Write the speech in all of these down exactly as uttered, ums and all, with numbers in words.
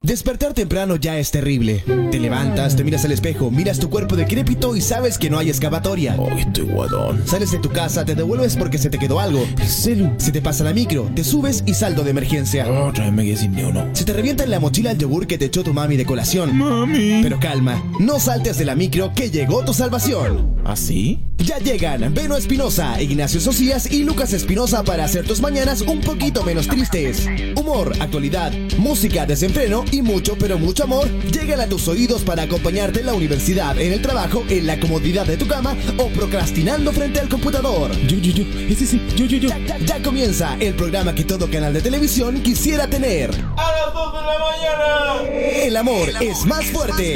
Despertar temprano ya es terrible. Te levantas, te miras al espejo, miras tu cuerpo decrépito y sabes que no hay escapatoria. Oh, estoy guadón. Sales de tu casa, te devuelves porque se te quedó algo. El celu. Se te pasa la micro, te subes y saldo de emergencia. Oh, otra vez me quedé sin ni uno. Se te revienta en la mochila el yogur que te echó tu mami de colación. Mami. Pero calma, no saltes de la micro que llegó tu salvación. ¿Ah, sí? Ya llegan Beno Espinosa, Ignacio Socias y Lucas Espinosa para hacer tus mañanas un poquito menos tristes. Humor, actualidad, música, desenfreno y mucho pero mucho amor llegan a tus oídos para acompañarte en la universidad, en el trabajo, en la comodidad de tu cama o procrastinando frente al computador. Yo, yo, yo, ese sí, yo, yo, yo. Ya, ya, ya comienza el programa que todo canal de televisión quisiera tener. A las dos de la mañana. El amor es más fuerte.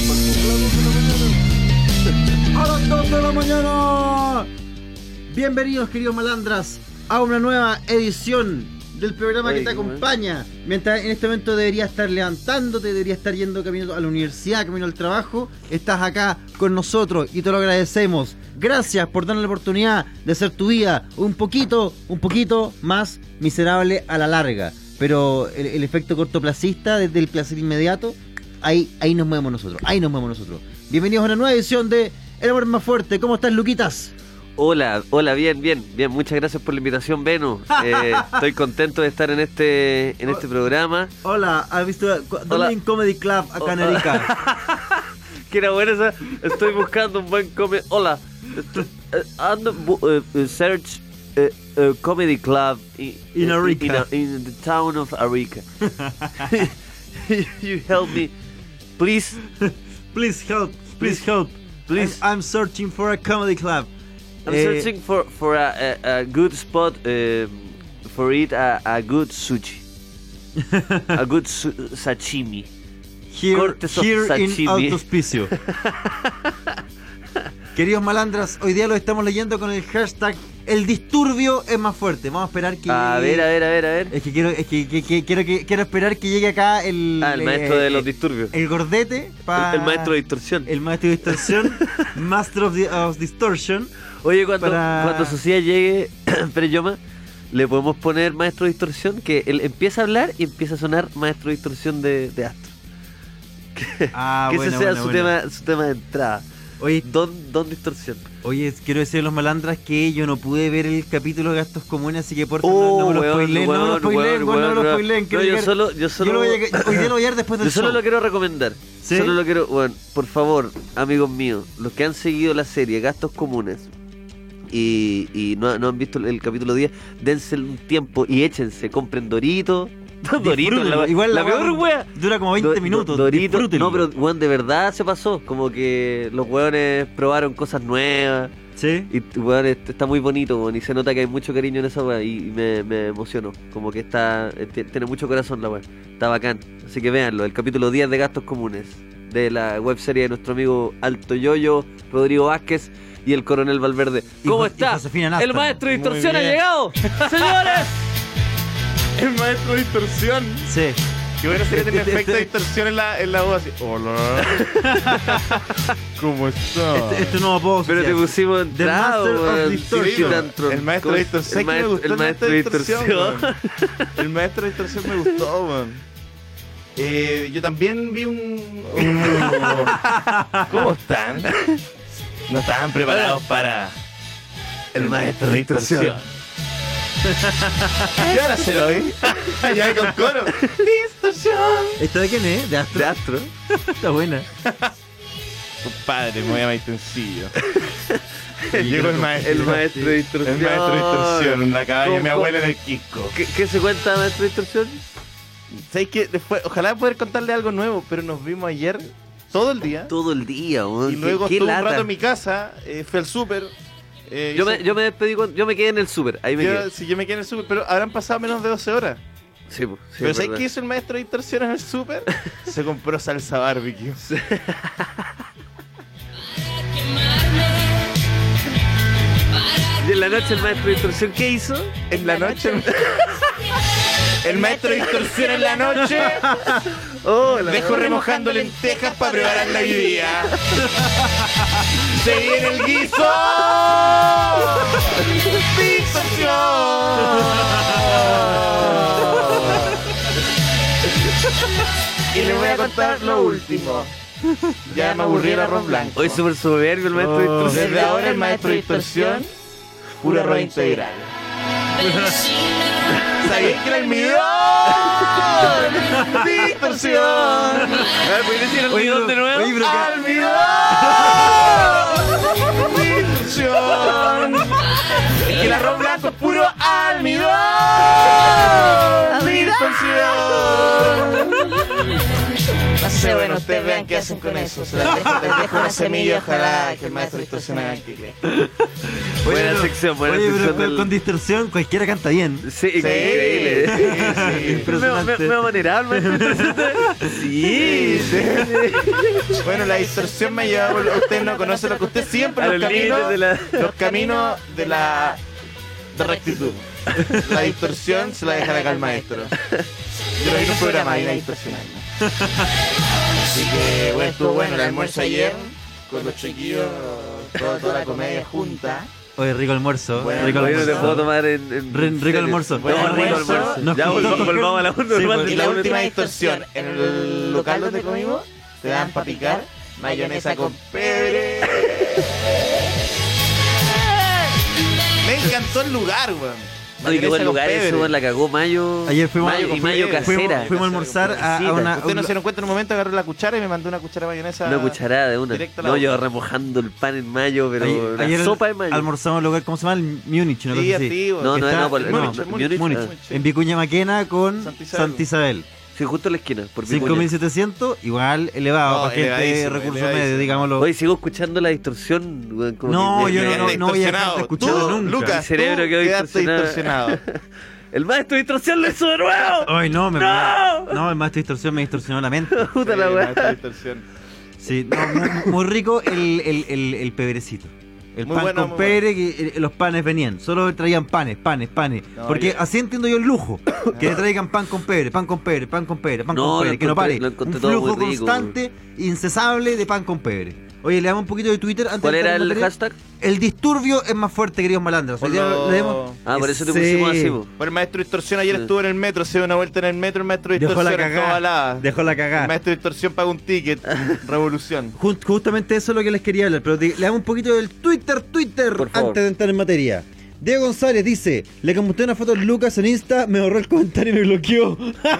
A las dos de la mañana. Bienvenidos, queridos malandras, a una nueva edición del programa Oye, que te acompaña. Mientras en este momento deberías estar levantándote, deberías estar yendo camino a la universidad, camino al trabajo, estás acá con nosotros y te lo agradecemos. Gracias por darnos la oportunidad de hacer tu vida un poquito, un poquito más miserable a la larga. Pero el, el efecto cortoplacista desde el placer inmediato, ahí, ahí nos movemos nosotros, ahí nos movemos nosotros. Bienvenidos a una nueva edición de El Amor Más Fuerte. ¿Cómo estás, Luquitas? Hola, hola, bien, bien, bien, muchas gracias por la invitación, Beno. Eh, estoy contento de estar en este en este programa. Hola, ¿has visto Dublin Comedy Club acá en Hola. Arica? Que era buena esa. Estoy buscando un buen comedy. Hola, estoy, eh, ando bu- eh, eh, search eh, eh, comedy club in, In Arica. in, in the town of Arica. You help me, please, Please help, please help. please. I'm, I'm searching for a comedy club. I'm Eh, searching for for a, a, a good spot um, for eat a, a good sushi, a good su- sashimi. Here, Cortes of here in sashimi. Autospicio. Queridos malandras, hoy día lo estamos leyendo con el hashtag El disturbio es más fuerte. Vamos a esperar que A ver, a ver, a ver, a ver. Es que quiero, es que, que- que- quiero, que, quiero esperar que llegue acá el, Ah, el maestro eh, de los eh, disturbios. el gordete pa- El, el maestro de distorsión. el maestro de distorsión, Master of, the- of Distortion. Oye, cuando, para- cuando Sociedad llegue, Pereyoma, le podemos poner maestro de distorsión, que él empieza a hablar y empieza a sonar maestro de distorsión de, de Astro. Ah, que bueno, ese sea bueno, su, bueno. Tema, su tema de entrada. Oye, Don, don distorsión. Oye, quiero decir a los malandras que yo no pude ver el capítulo de Gastos Comunes, así que por Oh, favor no me lo weón, spoileen, no me lo weón, spoileen, weón, weón, no me lo weón, spoileen. no, quiero yo llegar- solo- yo solo- lo voy a, hoy día lo voy a ver después del Yo solo show. lo quiero recomendar. ¿Sí? Solo lo quiero, bueno, por favor, amigos míos, los que han seguido la serie Gastos Comunes y, y no, no han visto el, el capítulo diez, dense un tiempo y échense, compren Doritos. Doritos, Disfrútenlo. la, Igual la la peor weá wea. dura como veinte Do- minutos. do- Doritos, disfrútenlo. no, pero weón, de verdad se pasó. Como que los weones probaron cosas nuevas. ¿Sí? Y weón, est- está muy bonito, weón, y se nota que hay mucho cariño en esa weá. Y me, me emocionó. Como que está eh, t- tiene mucho corazón la weá. Está bacán. Así que véanlo, el capítulo diez de Gastos Comunes, de la webserie de nuestro amigo Alto Yoyo, Rodrigo Vázquez y el Coronel Valverde. Y ¿Cómo Jo- y está? Josefina Nastra. El maestro de Muy distorsión ha bien. llegado. Señores. El maestro de distorsión. Sí. Qué bueno sería tener Este- efecto de este- distorsión en la, en la voz así. Hola. ¿Cómo está? Este, este nuevo post. Pero te pusimos The entrado, Master of weón. Distortion. Sí, tan tron- El maestro ¿cómo de es? distorsión. El ¿Sabes que me maestro, gustó el maestro de distorsión. weón? El maestro de distorsión me gustó, weón. Eh, yo también vi un... un- ¿Cómo están? No estaban preparados para el maestro de distorsión. ¿Qué van a hacer hoy? Ya hay con coro. Distorsión. ¿Esta de quién es? De Astro. De Astro. Está buena. Compadre, me voy a más sencillo. Llegó el maestro. El maestro de El distorsión. maestro de distorsión, la cabaña de mi ¿Cómo- abuela en el Quisco. ¿Qué, qué se cuenta, maestro de distorsión? ¿Sabes qué? Después, ojalá poder contarle algo nuevo, pero nos vimos ayer todo el día. Todo el día, weón. Y luego qué, qué estuve un lata. rato en mi casa, eh, fui al súper. eh, Yo hice- me, yo me despedí, con, yo me quedé en el súper, ahí me yo- quedé. sí, yo me quedé en el súper, pero habrán pasado menos de doce horas. Sí, pues, sí, pero es ¿sabes verdad. qué hizo el maestro de distorsión en el súper? Se compró salsa barbecue. Y en la noche el maestro de distorsión, ¿qué hizo? En la noche... El maestro de distorsión en la noche Oh, la dejó remojando lentejas para preparar la bebida. Se viene el guiso. Distorsión. Y les voy a contar lo último. Ya me aburrí el arroz blanco. Hoy súper soberbio el maestro de Oh, distorsión. desde ahora el maestro de distorsión, puro arroz integral. ¿Sabías que era el millón? Distorsión. A ver, ¿puedes decir el Oye, millón pero- de nuevo? oye, pero que- ¡Almidón! Distorsión. Es que el arroz blanco es puro almidón. Distorsión. No sé, bueno, ustedes vean qué hacen con eso. Se las dejo, les dejo una semilla, ojalá que el maestro de distorsión haga que crezca. Buena pero- sección, buena oye, pero sección con, del- con distorsión cualquiera canta bien. Sí, increíble. Sí, sí. Me, me, me va a manerar, maestro. Sí, sí. Bueno, la distorsión me ha llevado. Usted no conoce lo que usted siempre A los los caminos límites de la- los caminos de la de rectitud. La distorsión se la deja acá al maestro. Yo lo vi en un programa y la distorsión. Así que bueno, estuvo bueno el almuerzo ayer con los chiquillos, toda, toda la comedia junta. Oye, rico almuerzo. Bueno, rico Oye, no te almuerzo. puedo tomar en... en Re- rico serio. almuerzo. No, Buen rico almuerzo. almuerzo. Nos Ya, juntamos. volvamos, volvamos a la Sí, normal pues. Y de la la última distorsión, en el local donde comimos, te dan para picar mayonesa con pebre. Me encantó el lugar, weón. Oye, qué buen Mayonesa con lugar ese, pebre. weón, la cagó Mayo. Ayer fuimos- Mayo y Mayo fuimos- casera. Fuimos a almorzar a, a una. Ustedes no se dieron cuenta en un momento, agarré la cuchara y me mandó una cuchara de mayonesa. Una cucharada de una. Directo a la No, boca. yo remojando el pan en Mayo, pero Ayer, la ayer sopa de Mayo. almorzamos en un lugar, ¿cómo se llama? El Múnich, una Sí, cosa así. activo. No, no, Está- no, por- no, Múnich, Múnich, Múnich. Múnich, Ah, en Vicuña Maquena con Santa Isabel. Santa Isabel. Sí, justo en la esquina, por cinco Vicuña. mil setecientos, igual elevado No, para gente de elevadísimo, recursos elevadísimo. medios, digámoslo. Hoy sigo escuchando la distorsión, weón, como No, que yo me- no, me- no voy a dejar de Distorsionado. escucharlo Tú, nunca. Lucas, Mi cerebro tú quedó quedaste distorsionado. distorsionado. El maestro de distorsión lo hizo de nuevo. Ay, no, me, ¡No! no, el maestro de distorsión me distorsionó la mente. Puta la Sí, weá. maestro de distorsión. Sí, no, muy, muy rico el, el, el, el pebrecito. El Muy pan bueno, con muy pebre, que eh, los panes venían. Solo traían panes, panes, panes. No, Porque yo- así entiendo yo el lujo. Que le traigan pan con pebre, pan con pebre, pan con pebre, pan No, con lo pebre. Que no encontré- pare. lo Un encontré todo flujo muy rico, constante, incesable de pan con pebre. Oye, le damos un poquito de Twitter antes ¿Cuál de era entrar en el materia. hashtag? El disturbio es más fuerte, queridos malandros. Hoy día Por lo- le demos- Ah, por eso te Sí. pusimos así, po. Bueno, el maestro de distorsión ayer Sí. estuvo en el metro, se dio una vuelta en el metro, el maestro de Dejó la distorsión en toda la... cagada. Dejó la El cagada. maestro de distorsión paga un ticket. Revolución. Just- justamente eso es lo que les quería hablar, pero te- le damos un poquito del Twitter, Twitter, Por favor. antes de entrar en materia. Diego González dice, le comenté una foto de Lucas en Insta, me borró el comentario y me bloqueó.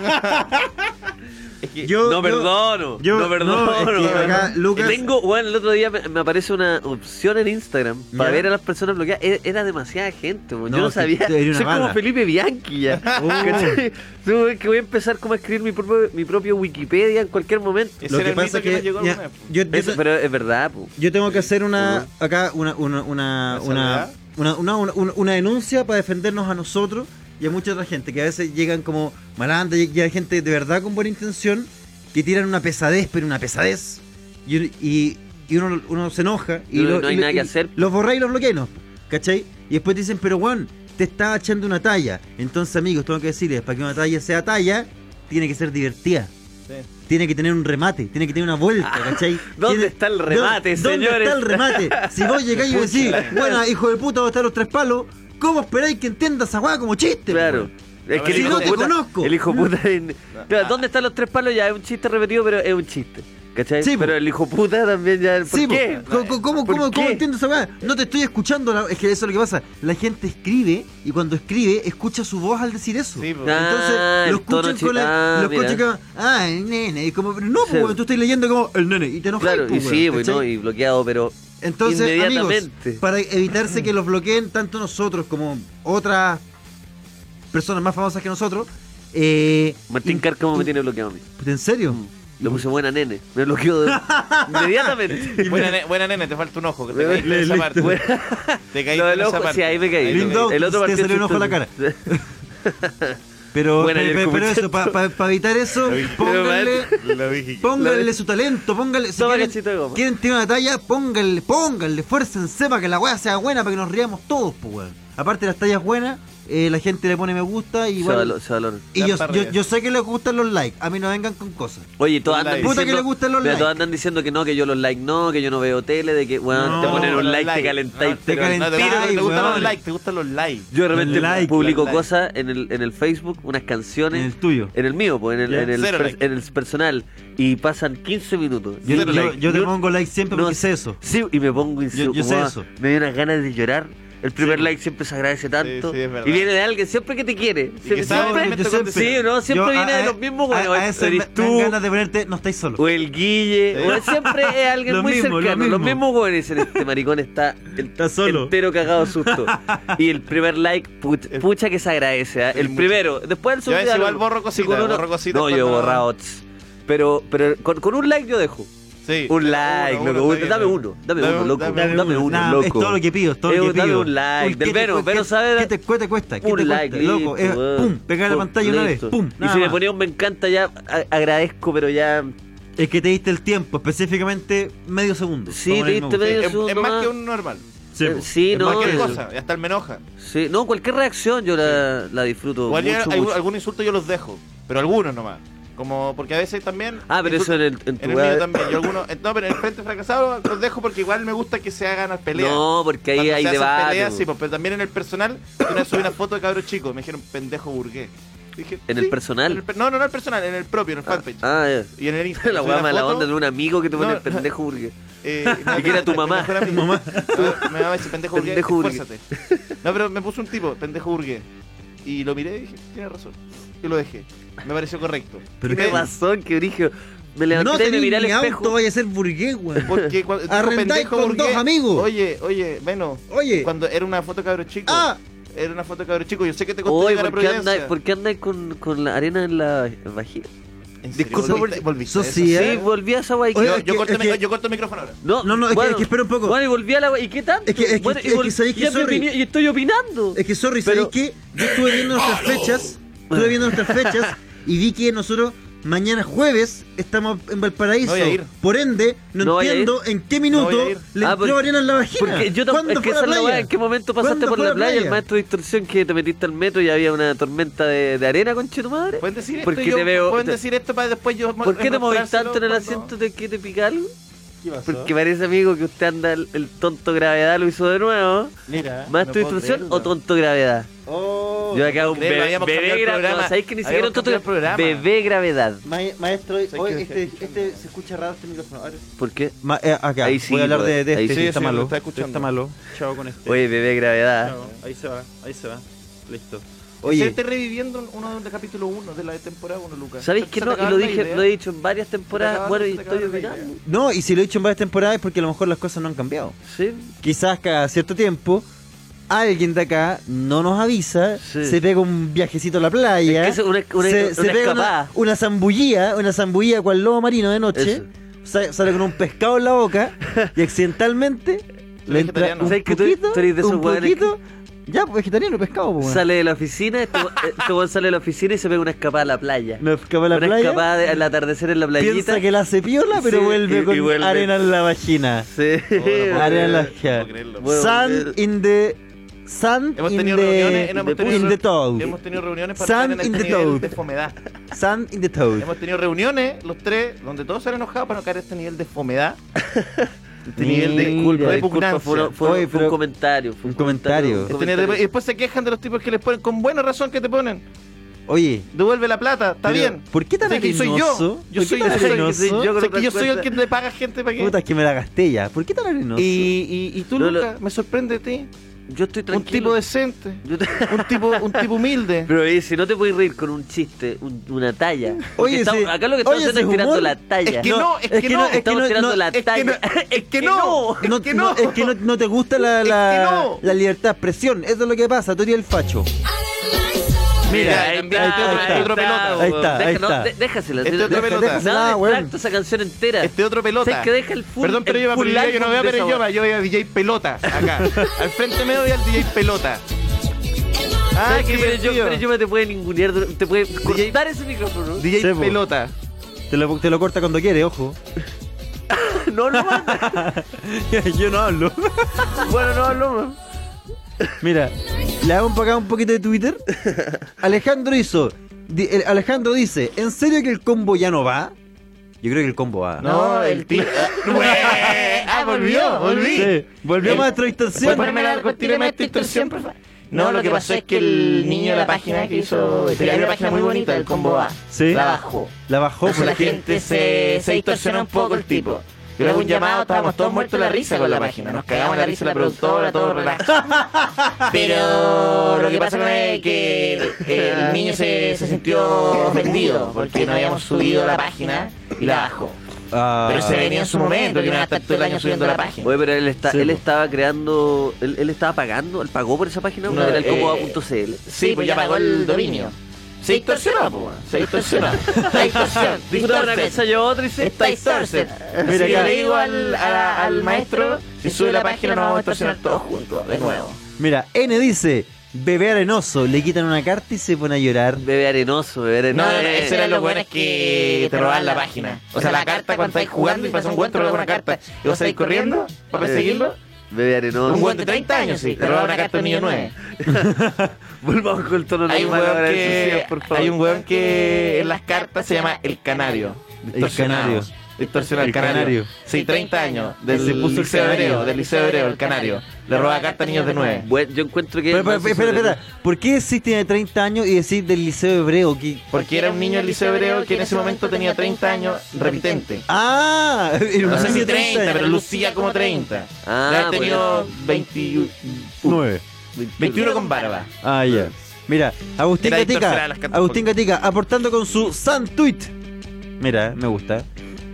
Es que Yo- No yo- perdono, yo- no perdono. no, es que acá Lucas- Tengo, bueno, el otro día me, me aparece una opción en Instagram para ¿Ya? ver a las personas bloqueadas. Era, era demasiada gente, weón. No, yo no sí, sabía. tú eres una Soy como bala. Felipe Bianchi ya. Oh. ¿Cachai? Tú, ves que voy a empezar como a escribir mi propio, mi propio Wikipedia en cualquier momento. ese Lo era que el pasa mito es que, que, nos llegó ya, alguna vez. yo, yo Eso, te- pero es verdad, po. yo tengo que hacer una acá una una una ¿Una una, salvedad? una, una, una- una- una denuncia para defendernos a nosotros y a mucha otra gente que a veces llegan como malandra y hay gente de verdad con buena intención que tiran una pesadez, pero una pesadez y, y, y uno, uno se enoja y, No- lo- no hay y- nada y que hacer. los borráis y los bloqueáis, ¿no? ¿Cachai? Y después dicen, pero Juan, te está echando una talla. Entonces, amigos, tengo que decirles, para que una talla sea talla, tiene que ser divertida. Sí. Tiene que tener un remate, tiene que tener una vuelta, ¿cachai? Ah, ¿Dónde Tiene- está el remate, ¿Dó- ¿Dónde señores? está el remate? Si vos llegáis y decís, bueno, hijo de puta, va a estar los tres palos, ¿cómo esperáis que entienda esa weá como chiste? Claro. po? Es A que ver, el si hijo no te puta, conozco. el hijo puta en- Claro, Ah. ¿dónde están los tres palos? Ya es un chiste repetido, pero es un chiste. ¿Cachai? Sí, po. pero el hijo puta también ya. ¿Por Sí, po. qué? ¿Cómo, cómo, cómo, ¿Por cómo, qué? cómo entiendo esa weá? No te estoy escuchando, la- es que eso es lo que pasa. La gente escribe y cuando escribe escucha su voz al decir eso. Sí, po. Ah, Entonces el lo tono escuchan chi- con la, ah, lo escuchan mira. como, ah, el nene, y como, pero no, Sí. pues, weón, tú estás leyendo como el nene y te enojas. Claro, y sí, pues, ¿no? Y bloqueado, pero. Entonces, amigos, inmediatamente. para evitarse que los bloqueen tanto nosotros como otras personas más famosas que nosotros, eh, Martín in- Cárcamo me in- tiene bloqueado a mí. ¿En serio? Le puse buena nene. Me bloqueó de- inmediatamente. Buena, ne- buena nene, te falta un ojo, que te caíste en esa Listo. parte. Bueno, Te caíste lo en del esa ojo, parte. sí, ahí me caí. Ahí Lindo. te El otro Te partido salió un ojo a la chistoso. Pero, Buena, pe- ayer pe- como pero eso, ochenta. para evitar eso, Lo vi. pónganle, Lo dije. pónganle su talento, pónganle, si Toma quieren, cachito de goma. quieren tener una talla, pónganle, pónganle, esfuércense para que la weá sea buena, para que nos riamos todos, pues weón. Aparte las tallas buenas, eh, la gente le pone me gusta y Se, igual... valo- se valoran. Y yo, Dan para yo, arriba. yo sé que les gustan los likes, a mí no vengan con cosas. Oye, todos Los andan likes. Puta que diciendo, le gustan los mira, likes. todos andan diciendo que no, que yo los like no, que yo no veo tele, de que weón, No, te ponen un los like, te likes. calentáis. No, te pero- calentáis. No, te gustan, te gustan weón. los likes, te gustan los likes. Yo de repente Los likes, publico los likes. cosas en el, en el Facebook, unas canciones. En el tuyo. En el mío, pues, en el, Ya. en el, Cero per- like. en el personal. Y pasan quince minutos. Yo, Cero yo- like. yo te Yo- pongo like siempre No, porque sé eso. Sí, y me pongo Yo- yo sé weón, eso. Me dio unas ganas de llorar. El primer like siempre se agradece tanto. sí, es verdad. y viene de alguien siempre que te quiere. Y que sabe siempre, realmente yo siempre- sí, no, siempre yo viene a- de a- los mismos, a, weón. a eso me, Eres me dan tú, ganas de ponerte, no estáis solo. o el Guille, Sí. o siempre es alguien Lo muy mismo, lo cercano. Los mismo. mismos weones dicen, este maricón está, el- Está solo. entero cagado de susto. Y el primer like, pucha, pucha que se agradece. ¿eh? Sí, El mucho. primero, después el Yo a veces segundo. igual borro cositas, con uno- borro cositas No, yo he cuando- borrado. tss. Pero, pero con, con un like yo dejo. Sí. Un like, Uno, loco. uno, uno, está dame bien. uno, dame, Dame uno, un- loco. dame Dame, uno. uno, Nah, loco. es todo lo que pido, es todo lo Eh, que dame pido. un like. Uy, Del ¿qué te Vero, cuesta? Vero sabe. ¿Qué te, qué te cuesta? ¿Qué Un te like, cuesta? Loco, es, listo, pum, weón. pegar la Pum, pantalla una vez, listo. pum, Y nada si me más. ponía un me encanta ya, a- agradezco, pero ya. Es que te diste el tiempo, específicamente medio segundo. Sí, Como en te el diste me gusta. medio Es, es segundo más más. que un normal. Sí, Eh, po. sí, Es no. cualquier es- cosa. Y hasta el me enoja. Sí, no, cualquier reacción yo la, la disfruto. Igual mucho, ya hay- mucho. algún insulto yo los dejo. Pero algunos nomás. Como porque a veces también. Ah, pero eso insulto- en el, en tu En el weá- mío también. Yo algunos. eh, No, pero en el frente fracasado los dejo porque igual me gusta que se hagan las peleas. No, porque ahí Cuando hay se hacen debate. peleas, po. sí, pues, pero también en el personal. Una vez subí una foto de cabros chicos. Me dijeron pendejo burgués. Dije, ¿En sí, el personal? en el per- no, no, no el personal, en el propio, en el fanpage. Ah, ya. Y en el Instagram. La subí weá una mala foto, onda de un amigo que te pone No, el pendejo burgués. eh, Y que era tu mamá. Mi mejor amigo. Mamá. No, me mamá dice pendejo burgués, Pendejo burgués. esfuérzate. No, pero me puso un tipo, pendejo burgués. Y lo miré y dije, tiene razón. Y lo dejé. Me pareció correcto. Pero Y Qué me- razón, que brillo. Me levanté No y me tenés miré al ni espejo. auto, vaya a ser burgués, weón. Porque cuando dijo Arrendáis pendejo con burgués, dos amigos. Oye, oye, bueno, Oye. cuando era una foto de cabros chicos. Ah. Era una foto de cabros chicos. Yo sé que te costó Oye, llegar a ¿por qué Providencia. andáis, ¿por qué andáis con, con la arena en la vagina? ¿En serio? Disculpa ¿Volviste- por- volviste a eso? Socia- Sí, volví a esa guay. Oye, Yo, es yo que- corto es el, que- yo corto el micrófono ahora. No, No, no, es que- es que espera un poco. Bueno, y volví a la ¿y qué tanto? Es que- es que- Bueno, y es que vol- sabéis que ya mi sorry. opinión- y estoy opinando. Es que, sorry, Pero- ¿sabéis qué? Yo estuve viendo nuestras fechas, estuve viendo nuestras fechas y vi que nosotros mañana jueves estamos en Valparaíso. No voy a ir. Por ende, no, No voy a entiendo en qué minuto No voy a ir. le Ah, entró porque- arena en la vagina. Porque yo ¿Cuándo tampoco. Es que fue a esa es la playa? weá. ¿En qué momento pasaste ¿Cuándo por fue a la playa? El maestro de distorsión que te metiste al metro y había una tormenta de, de arena, conche tu madre. ¿Pueden decir esto? Porque y yo- te veo- ¿Pueden te- decir esto para después yo ¿Por qué te movís mostrárselo tanto en el cuando- asiento de que te pica algo? ¿Qué pasó? Porque parece, amigo, que usted anda el, el tonto gravedad, lo hizo de nuevo. Mira, ¿Maestro de no puedo instrucción creerlo. o tonto gravedad? Oh, Yo acá no un puedo creerlo, bebé, habíamos bebé cambiado el gravedad. programa. No, ¿sabéis que ni siquiera Habíamos un tonto cambiado el programa. Bebé gravedad. maestro, hoy hoy este- este, este se escucha raro este micrófono. ¿Por qué? acá, Ahí sí, voy a hablar de, de ahí este, sí, que está sí, malo. lo está escuchando. Está malo. Chao con este. Oye, bebé gravedad. Chao. Ahí se va, ahí se va. Listo. Oye, Oye, estoy reviviendo uno de capítulo uno de la temporada uno, Lucas. ¿Sabéis Se- que se no? te Y acaba lo la dije, idea. lo he dicho en varias Se te temporadas. acaba- Bueno, se y te estoy acaba la opinando. no, y si lo he dicho en varias temporadas es porque a lo mejor las cosas no han cambiado. Sí. Quizás cada cierto tiempo alguien de acá no nos avisa, Sí. se pega un viajecito a la playa, Es que es una- una- se, se una pega escapada. una, una zambullía, una zambullía cual lobo marino de noche, Eso. sa- sale con un pescado en la boca y accidentalmente le entra vegetariano. un ¿Sabes que tú- poquito, tú eres de esos un hueones poquito, ya, pues vegetariano, pescado, pues. Sale de la oficina, este weón- este weón sale de la oficina y se pega una escapada a la playa. No escapa a la una playa, escapada de- al atardecer en la playita. piensa que la hace piola, pero Sí, vuelve y- con y vuelve. arena en la vagina. Sí. Oh, no puedo Arena en la creerlo, no puedo creerlo. Bueno, Sand eh, in the Sand Hemos in tenido the, reuniones, hemos in tenido, the toad. hemos tenido reuniones para Sand estar en in este the nivel toad. de fomedad. Sand in the toad. Hemos tenido reuniones, los tres, donde todos se han enojado para no caer a este nivel de fomedad. Este nivel de Mira, culpa, de disculpa, repugnancia. fue, una- fue- Oye, fue pero- un comentario. Fue un comentario. Este nivel de- y después se quejan de los tipos que les ponen, con buena razón que te ponen. Oye, Devuelve la plata, está pero, bien. ¿por qué tan Sé que soy yo. arenoso? Yo ¿Por qué soy, tan yo soy- arenoso? soy yo, Sé sé que yo soy el que le paga gente para que. Puta, es que me la gasté ya. ¿Por qué tan arenoso? Y, y, y tú, No, lo- Lucas, me sorprende de ti. Yo estoy Un tranquilo. tipo decente. Yo te- Un tipo, un tipo humilde. Pero oye, si no te puedes reír con un chiste, un- una talla. Porque Oye, estamos- sí. acá lo que estamos Oye, haciendo ese es tirando humor. la talla. Es que no, es que no, es que estamos no, tirando no, la es que talla. no, es que no. no, es que no, no. es que no, no te gusta la, Es la, que no. la libertad de expresión. Eso es lo que pasa. Tú eres el facho. Mira, ahí envíate está, otro- ahí otro está, pelota. Ahí está, Deja- ahí no, está. de- déjasela. Este de- otro deja- pelota. déjasela, Nada, weón. extracto esa canción entera. Este otro pelota. ¿Sabes que deja el full? Perdón, pero el yo, full pero yo, yo no veo a álbum de Pérez esa Lloma, weá. yo veo a D J Pelota acá. Al frente me voy al D J Pelota. Ah, ¿Sabes qué que pero yo, divertido. pero yo me te puede ningunear, te puede cortar ese micrófono? D J Sebo. Pelota. Te lo, te lo corta cuando quiere, ojo. No, no manda. Yo no hablo. Bueno, no hablamos. Mira, Le damos para acá un poquito de Twitter. Alejandro hizo. di- el- Alejandro dice: ¿en serio que el combo ya no va? Yo creo que el combo va. No, el tío. Ah, volvió, volví. Sí, volvió El- maestro ¿Puedes distorsión. ponerme la cortina de esta distorsión, por favor? No, lo que pasó es que el niño de la página que hizo. Tenía una página muy bonita, el combo A. Sí. La bajó. La bajó Entonces la porque. gente se, se distorsionó un poco el tipo. Yo le hago un llamado, estábamos todos muertos de la risa con la página. Nos cagamos la risa la productora, todo relax. Pero lo que pasa con él es que el, el niño se, se sintió ofendido porque no habíamos subido la página y la bajó. Ah, Pero se venía en su momento, que no iba a estar todo el año subiendo la página. Oye, pero él, está, Sí, él po. estaba creando, él, él estaba pagando, él pagó por esa página, No, era el eh, combo A punto c l. Sí, pues ya pagó el dominio. Se distorsionó, pues. Se distorsionó. La distorsión. Dijo una Distorted. cosa, yo otra y se... Está distorted. Mira Mira, acá. le digo al, a- al maestro, si sube la página nos vamos a distorsionar todos juntos, de nuevo. Mira, N dice: bebé arenoso, le quitan una carta y se pone a llorar. Bebé arenoso, bebé No, arenoso. no, no, eso era lo bueno es que te roban la página. O sea, la carta cuando estáis jugando y pasa un güey te roba una carta y vos salís corriendo para perseguirlo. Bebé arenoso. Un güey de treinta años, sí, te roba una carta de un niño nueve. Volvamos con el tono Hay un normal ahora weón de que, sociedad, por favor. hay un weón que en las cartas se llama el canario. Distorsionado. Canario. Distorsionado, el El canario. Canario. Sí, treinta años. Del Se puso el liceo Canario. hebreo, del liceo hebreo, el canario. Le roba cartas a niños de nueve. Bueno, yo encuentro que... Pero, pero, más espera, sobre- espera, ¿por qué decís tiene treinta años y decís del liceo hebreo? ¿Qué? Porque era un niño del liceo hebreo que en ese momento tenía treinta años, repitente. Ah, era un No sé niño si de treinta, años. pero lucía como treinta. Ah, Debe haber tenido veintiuno, Nueve. veintiuno con barba. Ah, ya. Mira, Agustín Era distorsionada Gatica, las cartas Agustín por- Gatica, aportando con su San Tweet. Mira, me gusta.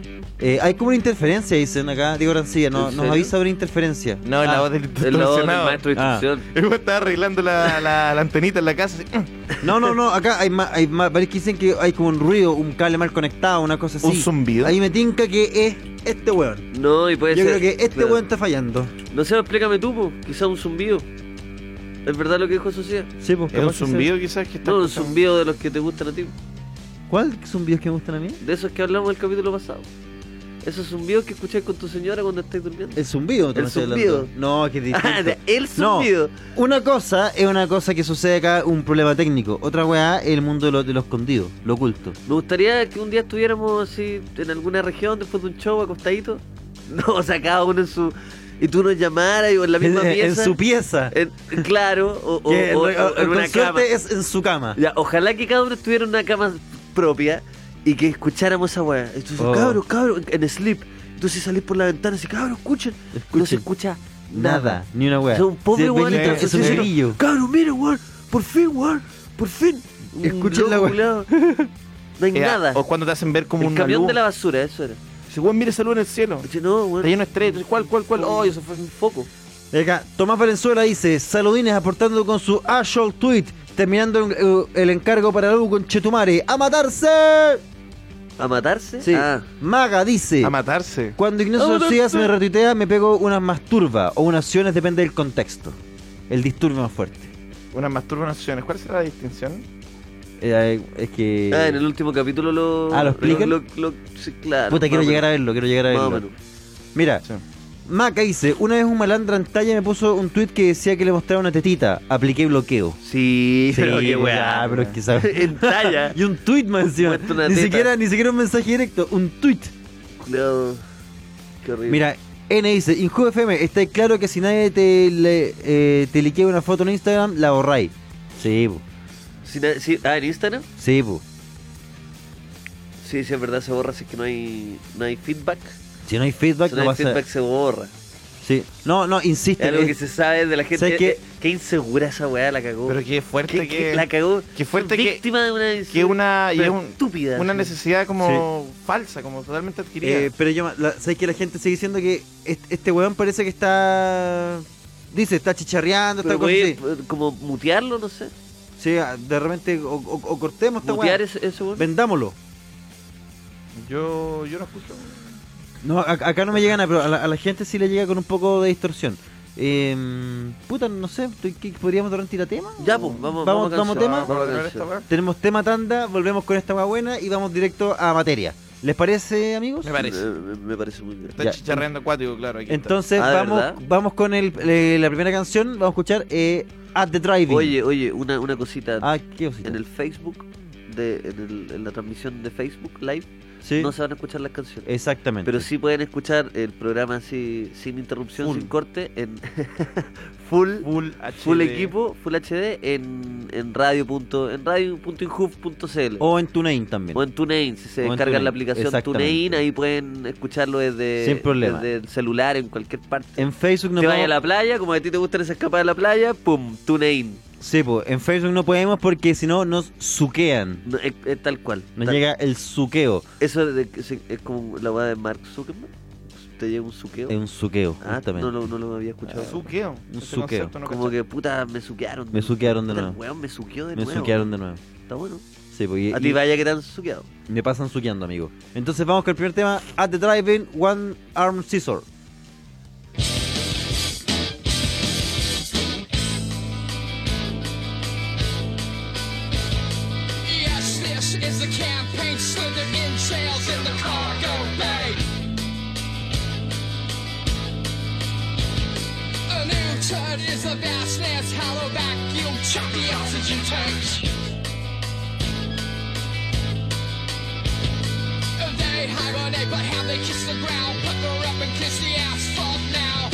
Eh, hay como una interferencia, dicen acá, Diego Rancilla, no, ¿En nos serio? avisa sobre interferencia. No, la Ah, voz del El logo del distorsionado. maestro de Ah. instrucción. El güey estaba arreglando la, la, la antenita en la casa. así. No, no, no, acá hay más, hay más, varios que dicen que hay como un ruido, un cable mal conectado, una cosa así. ¿Un zumbido? Ahí me tinca que es este weón. No, y puede Yo ser... creo que este claro. weón está fallando. No sé, explícame tú, po. Quizá un zumbido. ¿Es verdad lo que dijo Sociedad? Sí, pues, ¿Es un capaz que sea. zumbido quizás que está No, un escuchando? zumbido de los que te gustan a ti. ¿Cuál zumbidos que me gustan a mí? De esos que hablamos el capítulo pasado. Esos zumbidos que escucháis con tu señora cuando estáis durmiendo. El zumbido, tú El me estás zumbido. hablando. No, que es distinto. Ah, de- el No, zumbido. una cosa es una cosa que sucede acá, un problema técnico. Otra weá es el mundo de lo, de lo escondido, lo oculto. Me gustaría que un día estuviéramos así en alguna región después de un show acostadito. No, o sea, cada uno en su... Y tú nos llamaras y o en la misma En, en pieza. su pieza. En- claro, o, o- Que, o- o en- en con una suerte cama. es en su cama. Ya, ojalá que cada uno estuviera en una cama propia y que escucháramos esa weá. Y tú dices, Oh. cabros, cabros, en, en sleep. Entonces salís por la ventana y dices, cabros, escuchen. No se Escuchen. escucha Nada, nada. ni una weá. O sea, un pobre Sí, weón. Benito, está- es un sí, sí, grillo. Cabros, miren, weón. Por fin, weón. Por fin. Un Escuchen loco la weá. culiao. No hay Eh, nada. O cuando te hacen ver como El una camión luz. de la basura, eso era. Dice, güey, mire esa luz en el cielo. Dice, no, weón. Está lleno de estrellas. ¿Cuál, cuál, cuál? Oh, eso fue. un foco. Y acá, Tomás Valenzuela dice, saludines aportando con su actual tweet, terminando el, eh, el encargo para Lu con Chetumare. ¡A matarse! ¿A matarse? Sí. Ah. Maga dice, A matarse. cuando Ignacio ¡A Socias matarse! me retuitea me pego unas masturba o unas acciones, depende del contexto. El disturbio más fuerte. Unas masturbaciones. ¿Cuál será la distinción? Eh, es que... Ah, en el último capítulo lo... Ah, ¿lo explican? Lo, lo- sí, claro. Puta, quiero más o llegar a menos. verlo, quiero llegar a Más o verlo. menos. Mira, Sí. Maca dice, una vez un malandra en talla me puso un tweet que decía que le mostraba una tetita, apliqué bloqueo. Sí, pero qué pues, weá. ya, pero es que sabes. En talla. Y un tweet más encima. Muestra una Ni teta. siquiera, ni siquiera un mensaje directo, un tweet. No. Qué horrible. Mira, N dice, Inju F M, está claro que si nadie te, le, eh, te liquea una foto en Instagram, la borráis. Sí, pu. Si na- si- ah, en Instagram. Sí, pu. Sí, sí, es verdad, se borra si es que no hay, no hay feedback. Si no hay feedback, Si no no hay pasa. feedback, se borra. Sí. No, no, insiste. Es algo eh, que se sabe de la gente. ¿sabes qué? eh, Qué insegura esa weá, la cagó. Pero qué fuerte Qué- que. qué- la cagó. Qué fuerte que. Víctima de una. Que una. Y es pero un- estúpida. una necesidad como falsa, como totalmente adquirida. eh, pero yo, la, ¿sabes que la gente sigue diciendo que este, este weón parece que está... Dice, está chicharreando, está Pero cosas puede, así. eh, como mutearlo, no sé. Sí, de repente, o, o- o cortemos esta Mutear weá. ese, ese weón. Vendámoslo. Yo, yo no escucho. No, a- acá no me llega nada, pero a la, a la gente sí le llega con un poco de distorsión. Eh, puta, no sé, ¿qué, qué- ¿podríamos dar un tiratema? Ya, pues, vamos, Vamos- a vamos canción. tema. Vamos a Vamos a tener canción. esta weá. Tenemos tema tanda, volvemos con esta hueá buena y vamos directo a materia. ¿Les parece, amigos? Me parece. Me, me- me parece muy bien. Está Ya. chicharreando acuático, claro. Aquí está. Entonces Ah, ¿de vamos, verdad? vamos con el, eh, la primera canción, vamos a escuchar eh, at the driving. Oye, oye, una, una cosita. Ah, ¿qué cosita? En el Facebook, de, en, el- en la transmisión de Facebook Live, Sí, no se van a escuchar las canciones. exactamente. Pero sí pueden escuchar el programa así, sin interrupción, Full. sin corte, en full, Full H D. full equipo, full H D, en, en radio. punto- en radio punto inhoof punto c l. O en TuneIn también. O en TuneIn, si se O en descargan TuneIn, la aplicación exactamente. TuneIn, ahí pueden escucharlo desde, Sin problema. desde el celular, en cualquier parte. En Facebook no Te vayas a podemos... la playa, como a ti te gustan esas escapadas a la playa, pum, TuneIn. Sí, pues, en Facebook no podemos porque si no nos suquean. No, es, es tal cual. Nos tal- llega el suqueo. Eso de que se- es como la weá de Mark Zuckerberg. Te llega un suqueo. Es un suqueo, Ah, justamente. no, lo- no lo había escuchado. Suqueo. Un Ese suqueo. concepto no Como cachaba. que puta, me suquearon. Me suquearon de Puta, el nuevo. weón me suqueó de Me nuevo. suquearon de nuevo. Está bueno. Sí, pues, y- A ti y vaya que te han suqueado. me pasan suqueando, amigo. Entonces vamos con el primer tema. At the driving, one arm scissor. Yes, this is the campaign slithered in trails in the cargo bay. A new turd is a vast man's hollow vacuum, chop the oxygen tanks. They hibernate, but how they kiss the ground, pucker up and kiss the asphalt now.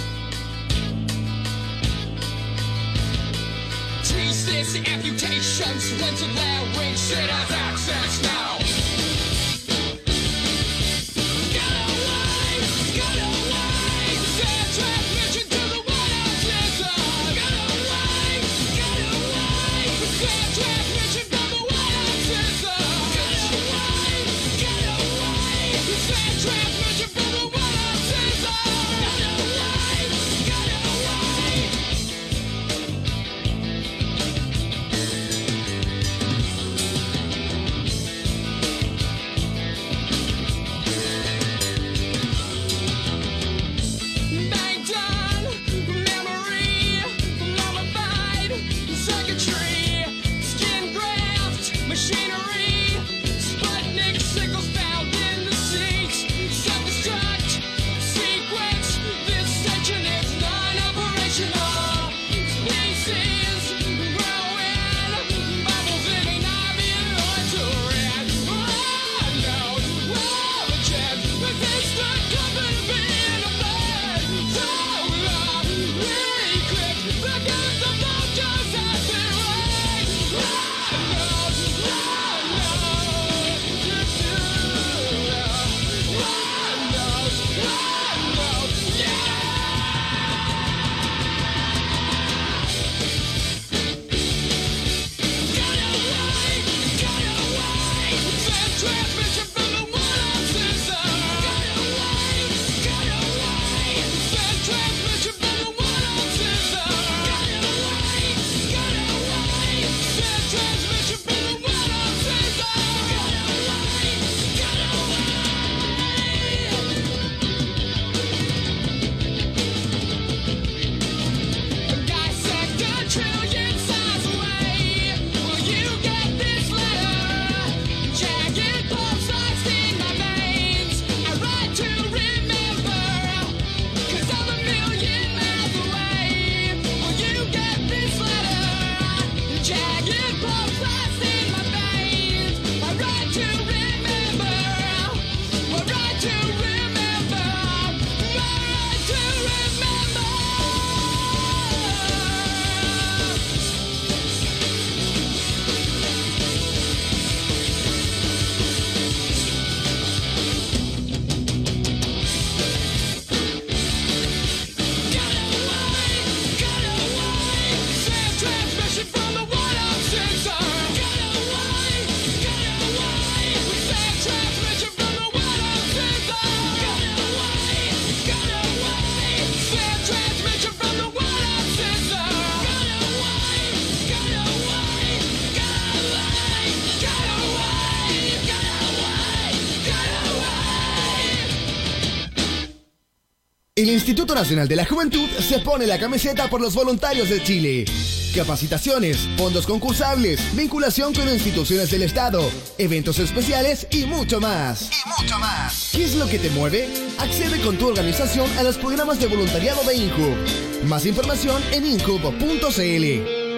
Tease this amputations, splintered larynx, shit has access now. Get away, get away, send transmission to the water system. Get away, get away, send transmission from the water system. Get away, get away, send transmission from the water system. Get away, get away. Bang done, memory, mummified, circuitry, skin graft, machinery, Sputnik sickles found in the seats, self-destruct, sequence, this section is non-operational, species, growing, bubbles in an ambulant red, unknown origin, resistant company being a bird, so long, really quick, the guns of vultures have been raised, unknown, unknown, unknown, yeah! Get away, get away, send transmission from the water system. Get away, get away, send transmission from the water system. Get away, get away, send transmission from the water system. Get away, get away. Dissect a trillion size away. Will you get this letter? Jagged pulse sliced in my veins. I write to remember, 'cause I'm a million miles away. Will you get this letter? Jagged pulse sliced in my veins. I write to remember. I write to remember. I write to remember. Get away, get away, send transmission from the water system. Get away, get away, send transmission from the water system. Get away, get away, send transmission from the water system. Get away, get away, get away, get away, get away, get away. El Instituto Nacional de la Juventud se pone la camiseta por los voluntarios de Chile. capacitaciones, fondos concursables, vinculación con instituciones del Estado, eventos especiales y mucho más. Y mucho más. ¿Qué es lo que te mueve? Accede con tu organización a los programas de voluntariado de INJUV. Más información en injuv punto cl.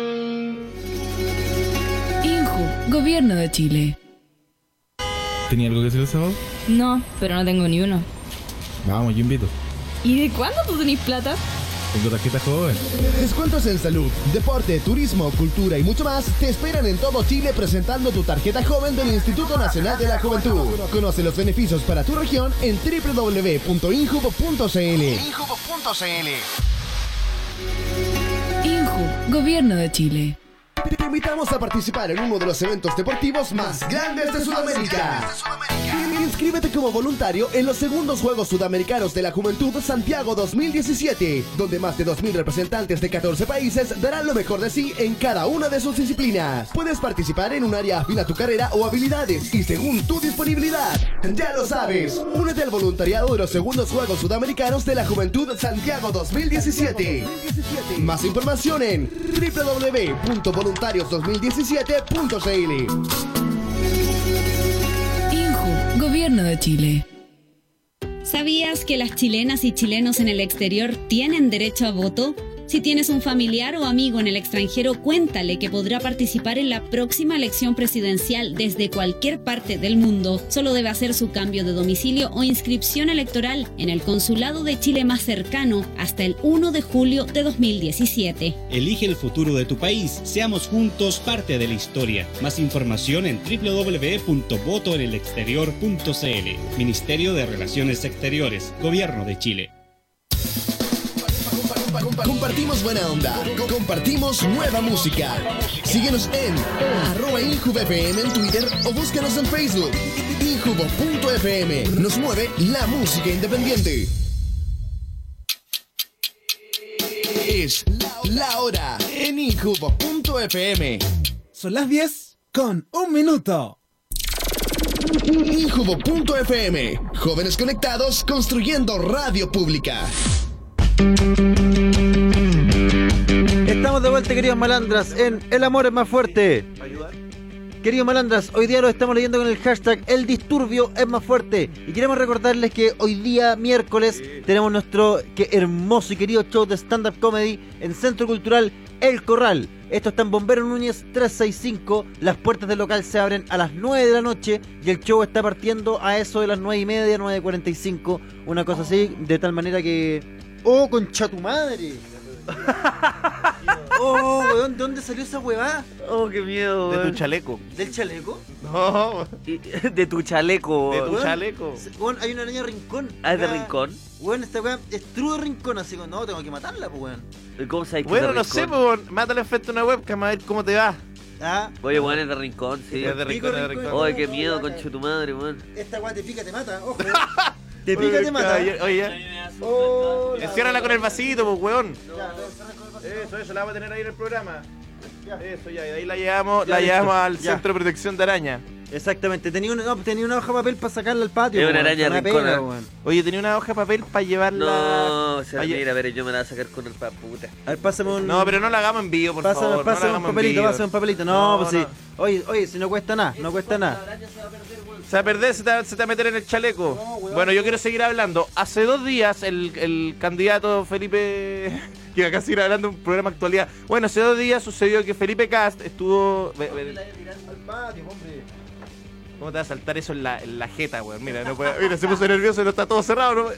INJUV, Gobierno de Chile. ¿Tenía algo que hacer el sábado? No, pero no tengo ni uno. Vamos, yo invito. ¿Y de cuándo tú tenés plata? Tengo tarjeta joven. Descuentos en salud, deporte, turismo, cultura y mucho más te esperan en todo Chile presentando tu tarjeta joven del Instituto Nacional de la Juventud. Conoce los beneficios para tu región en doble u doble u doble u punto injuv punto cl. injuv punto cl. INJUV, Gobierno de Chile. Te invitamos a participar en uno de los eventos deportivos más grandes de Sudamérica. Inscríbete como voluntario en los segundos Juegos Sudamericanos de la Juventud Santiago dos mil diecisiete, donde más de dos mil representantes de catorce países darán lo mejor de sí en cada una de sus disciplinas. Puedes participar en un área afín a tu carrera o habilidades y según tu disponibilidad. Ya lo sabes, únete al voluntariado de los segundos Juegos Sudamericanos de la Juventud Santiago dos mil diecisiete. Más información en doble u doble u doble u punto voluntarios dos mil diecisiete punto cl. INJUV, Gobierno de Chile. ¿Sabías que las chilenas y chilenos en el exterior tienen derecho a voto? Si tienes un familiar o amigo en el extranjero, cuéntale que podrá participar en la próxima elección presidencial desde cualquier parte del mundo. Solo debe hacer su cambio de domicilio o inscripción electoral en el consulado de Chile más cercano hasta el primero de julio de dos mil diecisiete. Elige el futuro de tu país. Seamos juntos parte de la historia. Más información en doble u doble u doble u punto voto en el exterior punto cl. Ministerio de Relaciones Exteriores. Gobierno de Chile. Compartimos buena onda, compartimos nueva música. Síguenos en arroba INJUVFM en Twitter o búscanos en Facebook. injuv punto f m. Nos mueve la música independiente. Es la hora en injuv punto f m. Son las diez con un minuto. injuv punto f m. Jóvenes conectados construyendo radio pública. Estamos de vuelta, queridos malandras, en El Amor es Más Fuerte. Queridos malandras, hoy día lo estamos leyendo con el hashtag El Disturbio es Más Fuerte. Y queremos recordarles que hoy día, miércoles, tenemos nuestro que hermoso y querido show de stand-up comedy en Centro Cultural El Corral. Esto está en Bombero Núñez trescientos sesenta y cinco. Las puertas del local se abren a las nueve de la noche y el show está partiendo a eso de las nueve y media, nueve cuarenta y cinco. Una cosa así, de tal manera que... ¡Oh, concha tu madre! Oh, weón, ¿de dónde salió esa huevada? Oh, qué miedo, De weón. tu chaleco. ¿Del chaleco? No, Y- De tu chaleco, de weón. tu Weón, chaleco. se- Weón, hay una araña rincón. Ah, ¿es de Acá. rincón? Weón, esta weá es true de rincón, así que no, tengo que matarla, pues weón. ¿Y ¿Cómo sabes que Bueno, es de no sé, rincón? pues, mátale frente a una webcam a ver cómo te va. Ah, Oye, weón, es de rincón, sí. Es de rincón, es de rincón. rincón. Oye, qué miedo, concha tu madre, weón. esta weá te pica, te mata, ojo. Te pica, Oye, te mata. caballero, Oye, ya. Oh, la- Enciérrala con el vasito, pues, weón. Ya, cierra con el vasito. Eso, eso, la vamos a tener ahí en el programa. Eso, ya, y de ahí la llevamos, Ya, la listo. llevamos al Ya. Centro de Protección de Araña. Exactamente, tenía una, no, tenía una hoja de papel para sacarla al patio. Es una weón, araña me da rincona. pena, weón. Oye, tenía una hoja de papel para llevarla. No, o sea, Oye, mira, pero yo me la voy a sacar con el pa puta. A ver, pásame un... No, pero no la hagamos en vivo, por Pásame, favor. pásame no la un hagamos en papelito, vivo. pásame un papelito. No, No, pues sí. no. Oye, oye, si no cuesta nada, no cuesta nada. Se va a perder, se te va, se te va a meter en el chaleco. No, weón. Bueno, yo quiero seguir hablando. Hace dos días el, el candidato Felipe... que acá sigue hablando de un programa de actualidad. Bueno, hace dos días sucedió que Felipe Cast estuvo... ve- ve- Al patio, hombre. ¿Cómo te va a saltar eso en la, en la jeta, weón? Mira, no puede- mira, se puso nervioso, no está todo cerrado. No...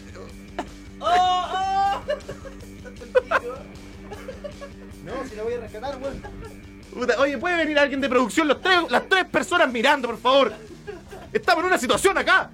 No, si la voy a rescatar, weón. Puta, oye, ¿puede venir alguien de producción? Los tres, las tres personas mirando, por favor. Estamos en una situación acá.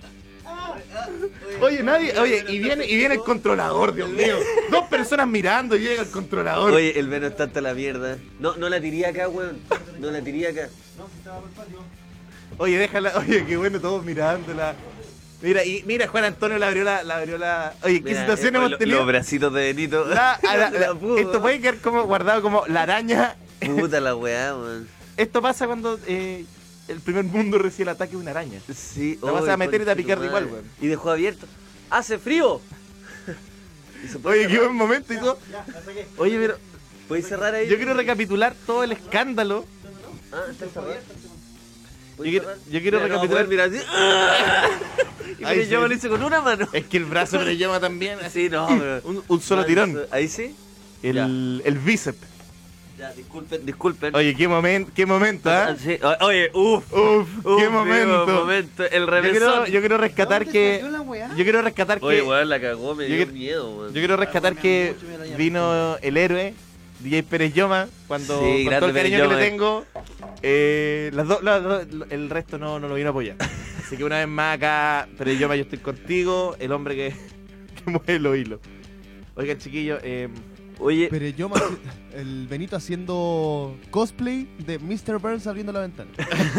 Oye, nadie, oye, y viene, y viene el controlador, Dios mío. Dos personas mirando y llega el controlador. Oye, el Veno está hasta la mierda. No, no la tiré acá, weón. No la tiré acá. Oye, déjala, oye, qué bueno, todos mirándola. Mira, y mira, Juan Antonio la abrió la, la abrió la. Oye, ¿qué Mira, situación eh, hemos lo- tenido? Los bracitos de Benito. La- a la- la- La pudo. esto puede quedar como guardado como la araña. Puta la weá, weón. Esto pasa cuando eh, el primer mundo recibe el ataque de una araña. Sí, La vas oye, a meter y te va a concha picar tu de igual, madre. weón. Y dejó abierto. ¡Hace frío! Y se puede Oye, qué cerrar. buen momento y todo. Oye, pero. ¿Puedes cerrar ahí? Yo quiero recapitular todo el escándalo. Ah, está cerrado. Yo quiero, yo quiero Mira, no, recapitular. mira, así. ¡Ah! Y Ahí pero yo sí. me lo hice con una mano. Es que el brazo me lo llama también. Sí, no, pero... Un, un solo tirón. Ahí sí. El, el bíceps. Ya, disculpen, disculpen. Oye, qué momento, qué momento, ¿ah? Sí, o- Oye, uff. Uf, qué Uf, momento. vivo momento. El Yo revésón. quiero, yo quiero rescatar ¿Dónde que. salió la weá? Yo quiero rescatar que. Oye, weón, la cagó, me Yo dio quiero- miedo, weón. Yo quiero rescatar que vino el héroe, D J Pérez Yoma, cuando Sí, con grande todo el cariño que Pérez le Yoma, tengo, eh, las dos- las dos- el resto no, no lo vino a apoyar. Así que una vez más acá, Pérez Yoma, yo estoy contigo, el hombre que, que mueve los hilos. Oigan, chiquillos, eh, Oye, Pero yo me hace- el Benito haciendo cosplay de mister Burns abriendo la ventana.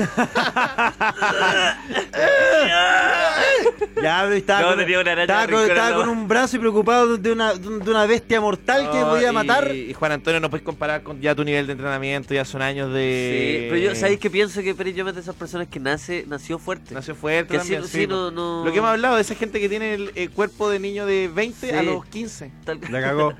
Ya, pero estaba, No, con, tenía una araña estaba, con, rincón en estaba la con mano. un brazo y preocupado de una, de una bestia mortal que no, podía y- matar. Y Juan Antonio, no puedes comparar con ya tu nivel de entrenamiento, ya son años de. sí, pero yo, ¿sabéis que pienso que Pérez Yoma es de esas personas que nace, nació fuerte? Nació fuerte Que también, sí, sí, sí, po. no, no... Lo que hemos hablado de esa gente que tiene el, eh, cuerpo de niño de veinte Sí. a los quince. Tal- La cagó.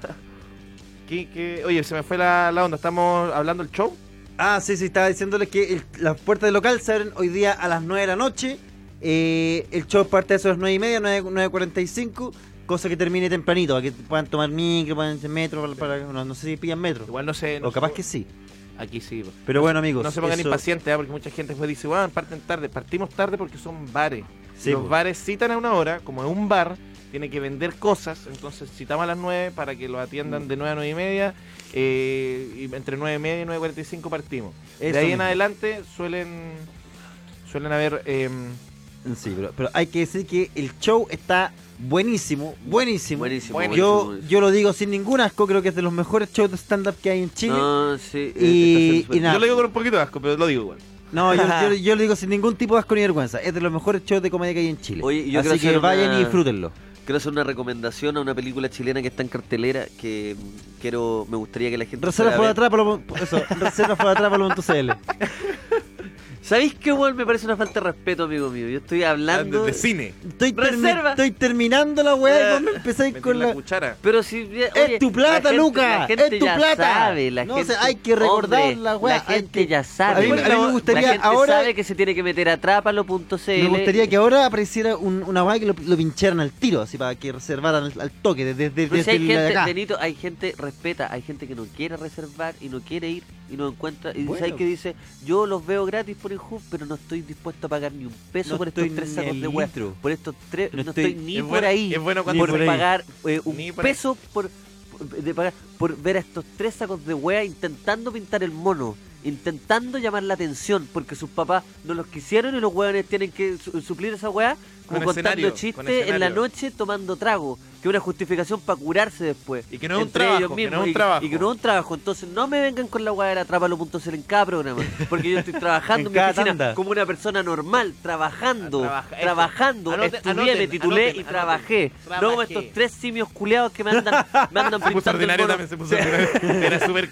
¿Qué- qué? Oye, se me fue la, la onda. ¿Estamos hablando del show? Ah, sí, sí, estaba diciéndoles que el- las puertas del local se abren hoy día a las nueve de la noche. Eh, el show parte de eso a las nueve y media, nueve cuarenta y cinco. Cosa que termine tempranito, para que puedan tomar micro, puedan hacer metro, para, para- no, no sé si pillan metro. Igual no sé. no O capaz sé- que sí. Aquí sí. po. Pero bueno, amigos. No se pongan eso- impacientes, ¿ah? Porque mucha gente después dice, bueno, parten tarde. Partimos tarde porque son bares. Sí, Los po. bares citan a una hora, como es un bar, tiene que vender cosas. Entonces citamos a las nueve para que lo atiendan de nueve a nueve y media. Eh, y entre nueve y media y nueve cuarenta y cinco partimos. Eso de ahí en mismo. adelante suelen suelen haber... eh, Sí, pero, pero hay que decir que el show está buenísimo, buenísimo. Buenísimo, Bueno, Yo, buenísimo. yo lo digo sin ningún asco, creo que es de los mejores shows de stand-up que hay en Chile. No, sí. eh, Y- está súper- y nada. yo lo digo con un poquito de asco, pero lo digo igual. No, yo, yo- yo lo digo sin ningún tipo de asco ni vergüenza. Es de los mejores shows de comedia que hay en Chile. Oye, yo Así quiero que hacer vayan una- y disfrútenlo. Quiero hacer una recomendación a una película chilena que está en cartelera que mm, quiero, me gustaría que la gente Reserva fuera a por ver. atrás, por lo, eso, reserva por atrás, por lo punto C L. ¿Sabéis qué, weón? Me parece una falta de respeto, amigo mío. Yo estoy hablando... De, de cine. Estoy, termi- Reserva. estoy terminando la weá y vos me Eh, empezáis Metí con la la... cuchara. Pero si... oye, Es tu plata, la gente- Luca, la gente es tu ya plata. Sabe, la No, gente, o sea, hay que recordar hombre, la weá, La hay gente que- ya A sabe. mí- a mí me gustaría la gente ahora- sabe que se tiene que meter a trápalo punto c l. Me gustaría que ahora apareciera un- una weá que lo, lo pincharan al tiro, así para que reservaran al, al toque, desde, desde, Pero si desde hay la de gente, acá. Benito, hay gente, respeta, hay gente que no quiere reservar y no quiere ir y no encuentra. Y Bueno. hay que dice, yo los veo gratis por Inhub, pero no estoy dispuesto a pagar ni un peso No por estos estoy tres ni sacos al de hueá. litro. Por estos tres, No no, estoy- estoy, ni es por bueno- ahí. es bueno cuando- por Ni por ahí. pagar eh, un Ni por ahí. peso por, por- de pagar por ver a estos tres sacos de hueá intentando pintar el mono. Intentando llamar la atención porque sus papás no los quisieron y los hueones tienen que su- suplir esa hueá como Con contando escenario, con chistes en la escenario. noche tomando trago, que es una justificación para curarse después. Y que no es un Entre trabajo, ellos que mismos, no es un y- trabajo. Y que no es un trabajo. Entonces no me vengan con la hueá de la trápalo punto c l en cada programa. Porque yo estoy trabajando En en, mi cada oficina tanda. como una persona normal, trabajando, Trabaja- eso. trabajando, Anoten, estudié, anoten, me titulé anoten, y anoten. trabajé. No como Trabajé. estos tres simios culeados que me andan, me andan Se puso pintando el ordinario mono. también, se puso ordinario. Era súper...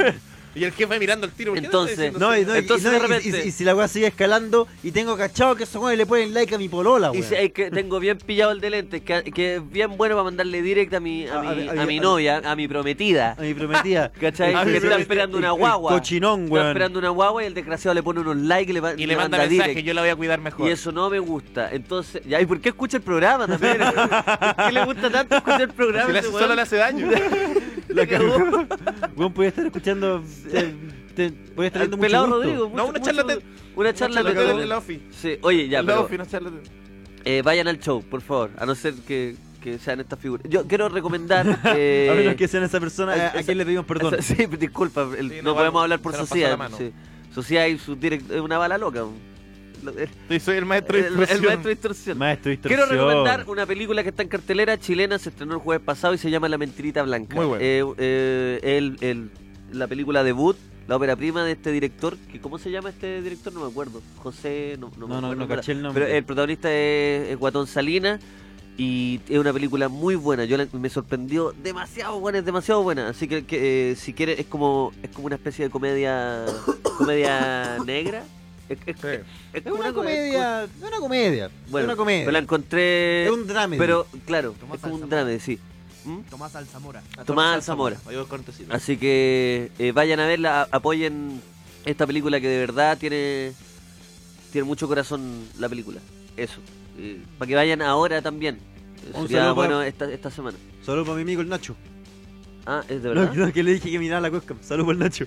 Y el jefe mirando el tiro. ¿por qué no Entonces, está diciendo No, y, eso? no, y- Entonces, y, no, de y- repente- y- y si la weá sigue escalando y tengo cachado que esos weones le ponen like a mi polola, Y weón. si hay que, tengo bien pillado el de lentes, que, que es bien bueno para mandarle directa a mi, a A- mi, a- a a- mi a- novia, a mi prometida. A mi prometida. ¿Cachai? A Que mi está prometida. esperando una El- el guagua. cochinón, Está weón. esperando una guagua y el desgraciado le pone unos likes y le, va- Y le manda mensaje, direct. yo la voy a cuidar mejor. Y eso no me gusta. Entonces, ya, ¿y por qué escucha el programa también? ¿Por qué le gusta tanto escuchar el programa? Si le ese hace, weón? solo le hace daño. La cagó. Weón, podía estar escuchando. Te, te, podía estar Al viendo pelado mucho gusto. Rodrigo. No, mucho- una charla mucho- de- Una charla Una de charla todo. de la ofi. Sí, oye, ya, La pero ofi, una charla de- eh, vayan al show, por favor. A no ser que, que sean estas figuras. Yo quiero recomendar. Eh, A menos que sean esa persona, a, a esa- quien le pedimos perdón. esa- sí, disculpa, el- Sí, no, no, podemos vamos, hablar por se nos pasó sociedad. la mano. Sí. Sociedad y su direct, es una bala loca. Lo- El, Sí, soy el maestro de el- el instrucción. maestro de distorsión. Maestro de Quiero distorsión. recomendar una película que está en cartelera chilena, se estrenó el jueves pasado y se llama La Mentirita Blanca. Muy buena. Eh, eh, el, el- la película debut, la ópera prima de este director, que ¿cómo se llama este director? No me acuerdo. José, no, no, me No, no, acuerdo, no pero- caché el nombre. Pero el protagonista es, es Guatón Salinas y es una película muy buena. Yo la- me sorprendió demasiado buena, es demasiado buena. Así que, que, eh, si quieres es como es como una especie de comedia comedia negra. Es, es- Sí. es- es Es como una co- comedia. Es una comedia. Bueno, es una comedia. pero la encontré. Es un drama. Pero claro, Tomás es como un Salsa. drama, sí. ¿Mm? Tomás Alzamora. A Tomás Alzamora. Ahí voy con Tecito. Así que eh, vayan a verla, a- apoyen esta película que de verdad tiene tiene mucho corazón la película. Eso. Eh, para que vayan ahora también. Eh, Un Sería saludo bueno para- esta, esta semana. Saludos para mi amigo el Nacho. Ah, es de No, verdad. no, que le dije que miraba la cuesca. Saludos por el Nacho.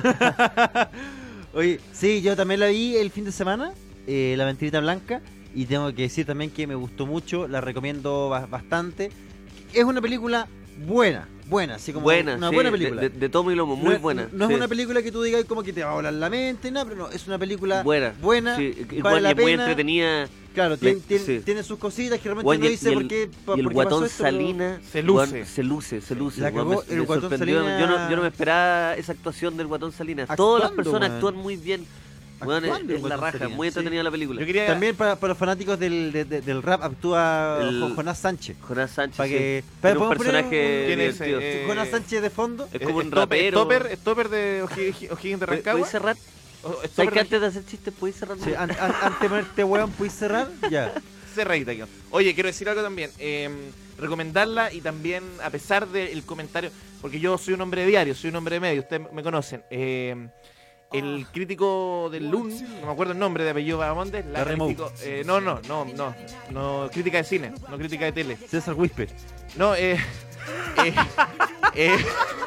Oye, sí, yo también la vi el fin de semana, eh, La Mentirita Blanca, y tengo que decir también que me gustó mucho, la recomiendo ba- bastante. Es una película buena, buena, así como Buena, una sí, buena de- película. De, de tomo y lomo, muy no, es- buena. No sí. es una película que tú digas como que te va a volar la mente, nada, pero no, es una película buena. buena, Sí, vale igual la y es muy pena. entretenida. Claro, Le- tiene, tiene- sí. tiene sus cositas que realmente Bueno, uno y el- dice y por el- qué, pa- y el por qué guatón pasó esto, pero- Salina Se luce. weón, se luce, se luce. La weón, cagó, me- el me Guatón sorprendió. Salina- Yo no, yo no me esperaba esa actuación del guatón Salinas. Todas las Actuando, personas weón. actúan muy bien. Weón, es, Actuando el es la Guatón raja, Salinas, muy sí. entretenida la película. Yo quería... También para, para los fanáticos del, de- de- del rap actúa El- Jo- Jonás Sánchez. Jonás Sánchez. Para sí. que Tiene para- un ¿podemos poner personaje ¿Quién es, divertido. eh, Jonás Sánchez de fondo. Es como un Stopper- rapero. Stopper, Stopper de O'Higgins O'Higgins de Rancagua. ¿Puedes cerrar? O- Stopper ¿Sabes que de- antes de hacer chistes puedes cerrar? Sí, an- an- antes de ponerte weón, ¿puedes cerrar? Ya. Cerradita, aquí. Oye, quiero decir algo también. eh, recomendarla y también, a pesar del comentario, porque yo soy un hombre de diario, soy un hombre de medio, ustedes me conocen. eh, el crítico del L U N, no me acuerdo el nombre de apellido Vagamondes, la La Remou. calificó- eh, no, no, no, no, no, crítica de cine, no crítica de tele. César Whisper. No, eh. eh, eh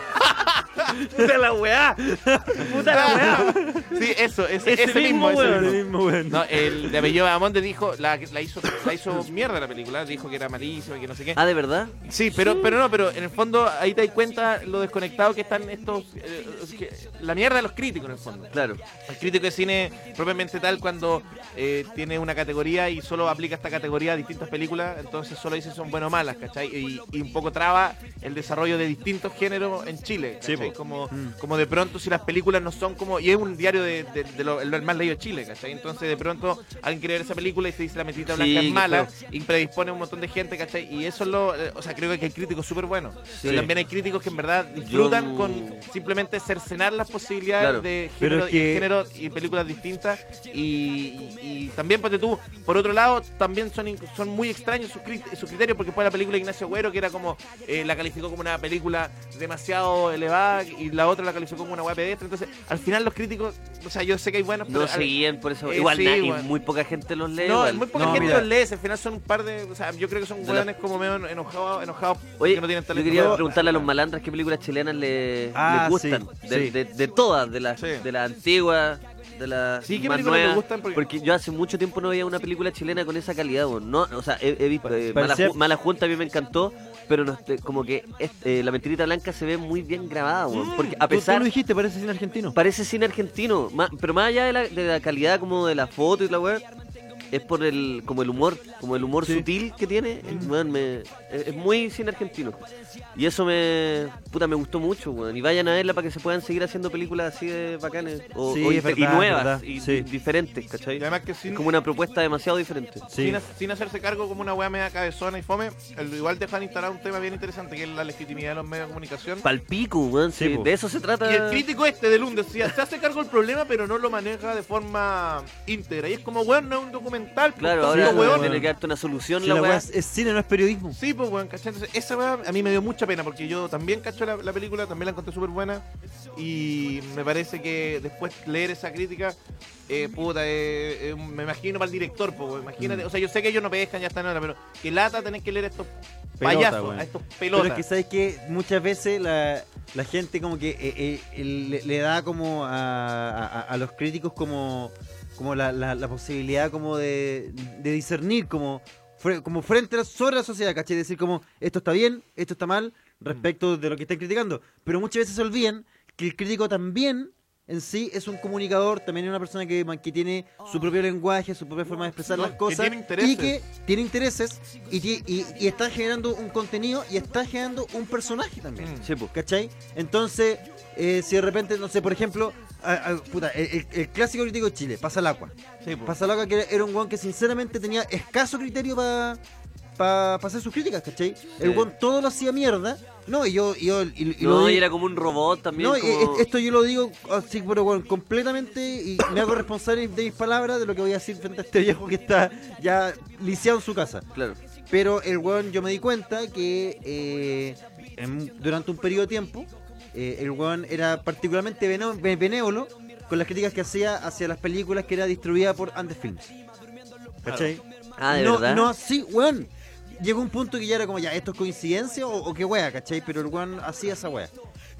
¡Puta la weá! ¡Puta la weá! Sí, eso, ese, Ese ese mismo, mismo, ese weón. mismo. El mismo weón. No, el de apellido Bahamonde dijo, la, la, hizo, la hizo mierda la película, dijo que era malísima y que no sé qué. Ah, ¿de verdad? Sí, pero, pero no, pero en el fondo ahí te das cuenta lo desconectado que están estos, eh, que- la mierda de los críticos en el fondo. Claro. El crítico de cine propiamente tal cuando eh, tiene una categoría y solo aplica esta categoría a distintas películas, entonces solo dice si son buenas o malas, ¿cachai? Y, y un poco traba el desarrollo de distintos géneros en Chile, ¿cachai? Sí, po. como, Mm. como de pronto si las películas no son como... Y es un diario de, de- de lo, el más leído de Chile, ¿cachai? Entonces de pronto alguien quiere ver esa película y se dice La Mentirita Sí, Blanca qué es mala feo. y predispone a un montón de gente, ¿cachai? Y eso es lo... eh, o sea, creo que hay críticos súper buenos. Pero también hay críticos que en verdad disfrutan Yo- con simplemente cercenar las posibilidades Claro. de Pero género, es y que- género y películas distintas. Y, y- y también, ponte tú, por otro lado, también son, in- son muy extraños sus, crit- sus criterios, porque fue la película de Ignacio Agüero, que era como, eh, la calificó como una película demasiado elevada, y la otra la calificó como una hueá pedestre. Entonces, al final los críticos, o sea, yo sé que hay buenos, No pero al- seguían por eso. Eh, Igual sí, na- y igual. muy poca gente los lee. no, igual. muy poca No, gente mira. los lee, al final son un par de, o sea, yo creo que son De la- hueones como medio enojados, enojados Oye, que no tienen yo talento. quería No, preguntarle a los malandras qué películas chilenas le, Ah, les gustan. sí, de, sí. de- de todas, de las Sí. de las antiguas, de las Sí, ¿qué más películas les nuevas. gustan? Porque- yo hace mucho tiempo no veía una película chilena con esa calidad. bo. No, o sea, he, he visto eh, Mala, Parecía- Ju- Mala Junta, a mí me encantó, pero no, este, como que este, La Mentirita Blanca se ve muy bien grabada. bo, porque a Tú- tú pesar... lo dijiste, parece cine argentino. Parece cine argentino, ma- pero más allá de la, de la calidad como de la foto y la web, es por el como el humor, como el humor Sí. sutil que tiene, weón, me- es, es muy cine argentino. Y eso me puta me gustó mucho, weón. Y vayan a verla para que se puedan seguir haciendo películas así de bacanes o, Sí, o es dife- y verdad, nuevas verdad, y sí. di- diferentes, ¿cachai? Y además que sin, Es como una propuesta demasiado diferente. Sí. sin, ha- sin hacerse cargo como una weá media cabezona y fome, el, igual dejan instalar un tema bien interesante que es la legitimidad de los medios de comunicación. Palpico, weón, Sí, sí, po. de eso se trata. Y el crítico este de Lund decía, se hace cargo del problema pero no lo maneja de forma íntegra. Y es como, weón, no es un documental. pues, Claro, tonto, ahora Sí, weón. tiene que darte una solución Si la la weá. weá es, es cine, no es periodismo. Sí, pues, weón, ¿cachai? Entonces, esa weá a mí me dio mucha pena porque yo también cacho la, la película, también la encontré súper buena. Y me parece que después leer esa crítica, eh, puta, eh, eh, me imagino para el director, pues, weón, imagínate. O sea, yo sé que ellos no pescan, ya están ahora, pero que lata tener que leer estos Pelota, payasos, weón. a estos Pero pelotas. es que sabes que muchas veces la, la gente como que eh, eh, le, le da como a, a- a los críticos como, como la, la- la posibilidad como de, de discernir como, fre- como frente a la, sobre la sociedad, ¿cachai? Decir como esto está bien, esto está mal respecto de lo que están criticando. Pero muchas veces se olvidan que el crítico también en sí es un comunicador, también es una persona que, que tiene su propio lenguaje, su propia forma de expresar No, las que cosas tiene intereses. y que tiene intereses y, ti- y, y está generando un contenido y está generando un personaje también. Mm. Sí, po. ¿Cachai? Entonces, eh, si de repente, no sé, por ejemplo, a- a- puta, el, el- el clásico crítico de Chile, Pasa el Agua. Sí, pues. Pasa el Agua que era, era un guan que sinceramente tenía escaso criterio para para hacer sus críticas, ¿cachai? El weón todo lo hacía mierda. No, y yo... Y yo y, y lo No, di- y era como un robot también. No, y como- e- esto yo lo digo así, pero weón, completamente, y me hago responsable de mis palabras, de lo que voy a decir frente a este viejo que está ya lisiado en su casa. Claro. Pero el weón, yo me di cuenta que eh, en- durante un periodo de tiempo, eh, el weón era particularmente beno- be- benévolo con las críticas que hacía hacia las películas que era distribuida por Andes Films. ¿Cachai? Ah, ¿de no, verdad? No, sí, weón. Llegó un punto que ya era como, ya, ¿esto es coincidencia o, o qué wea, cachai? Pero el weón hacía esa wea.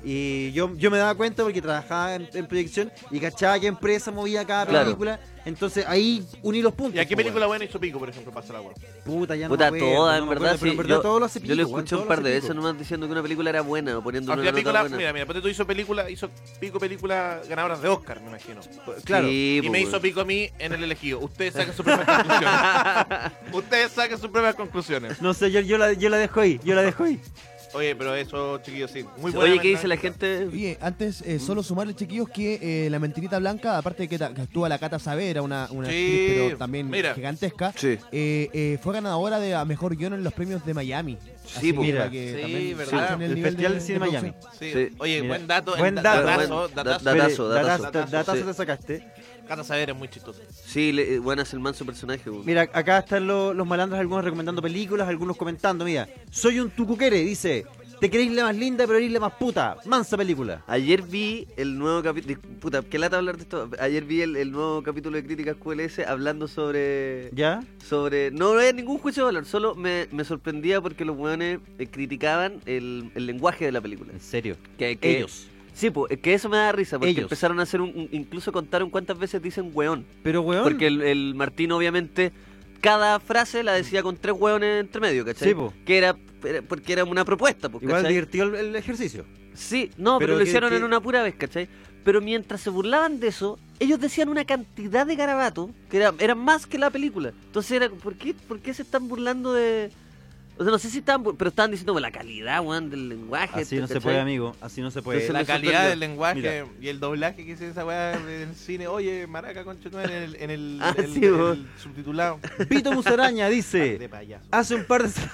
Y yo, yo me daba cuenta porque trabajaba en, en proyección y cachaba qué empresa movía cada Claro. película. Entonces ahí uní los puntos. ¿Y a qué po, película weón. buena hizo Pico, por ejemplo, pasa la weá? Puta, ya Puta, no me acuerdo, toda, no en me verdad, acuerdo, pero sí. en verdad yo, todo lo hace yo lo pico, weón, escuché todo un lo par hace de pico. veces nomás diciendo que una película era buena o poniendo Aunque una a Pico, nota la, buena. mira, mira, Ponte tú hizo película, hizo Pico película ganadoras de Oscar, me imagino. Claro. Sí, Y pues, me weón. hizo Pico a mí en el elegido. Ustedes saquen sus propias conclusiones. Ustedes saquen sus propias conclusiones. No sé, yo, yo, la, yo la dejo ahí, yo la dejo ahí. Oye, pero eso, chiquillos, sí. Muy buena. Oye, ¿qué dice ¿verdad? la gente? Oye, antes, eh, solo sumarle, chiquillos, que eh, la mentirita blanca, aparte de que, ta- que actúa la Cata Saavedra, una, una Sí, actriz, pero también mira. gigantesca, Sí. eh, eh, fue ganadora de la mejor guión en los premios de Miami. Sí, pues. mira, Mira. que Sí, también verdad. se escucha en El nivel Festival de- de Cine de Miami. producción. Sí. Sí. Oye, Mira. buen dato. Buen da- dato. Datazo, Buen- datazo. da- Datazo, Datazo, datazo. datazo Sí. te sacaste. Cata Saavedra es muy chistoso. Sí, le, bueno, es el manso personaje, weón. Mira, acá están lo- los malandros, algunos recomendando películas, algunos comentando. Mira, soy un tucuquere, dice. Te queréis la más linda, pero eres la más puta. Mansa película. Ayer vi el nuevo capítulo. Puta, qué lata hablar de esto. Ayer vi el, el nuevo capítulo de Críticas Q L S hablando sobre. ¿Ya? sobre No no hay ningún juicio de valor, solo me, me sorprendía porque los weones eh, criticaban el, el lenguaje de la película. En serio. Que, que- Ellos. Sí, pues, que eso me da risa, porque Ellos. empezaron a hacer un, un- incluso contaron cuántas veces dicen weón. Pero, weón. Porque el, el Martín, obviamente, cada frase la decía con tres weones entre medio, ¿cachai? Sí, po. Que era, era- porque era una propuesta, pues, Igual ¿cachai? divertido el, el ejercicio. Sí, no, pero, Pero lo que- hicieron que- en una pura vez, ¿cachai? Pero mientras se burlaban de eso, ellos decían una cantidad de garabatos que era, eran más que la película. Entonces era, ¿por qué, ¿por qué se están burlando de...? O sea, no sé si estaban, bur- pero estaban diciendo la calidad, weón, del lenguaje. Así no se ¿cachai? puede, amigo. Así no se puede. Entonces La me calidad sorprendió. del lenguaje Mira. y el doblaje que hice esa weá del cine. Oye, maraca, concha, en el, en el, Ah, el- sí, el vos. subtitulado. Vito Musaraña De dice. payaso. Hace un par de se-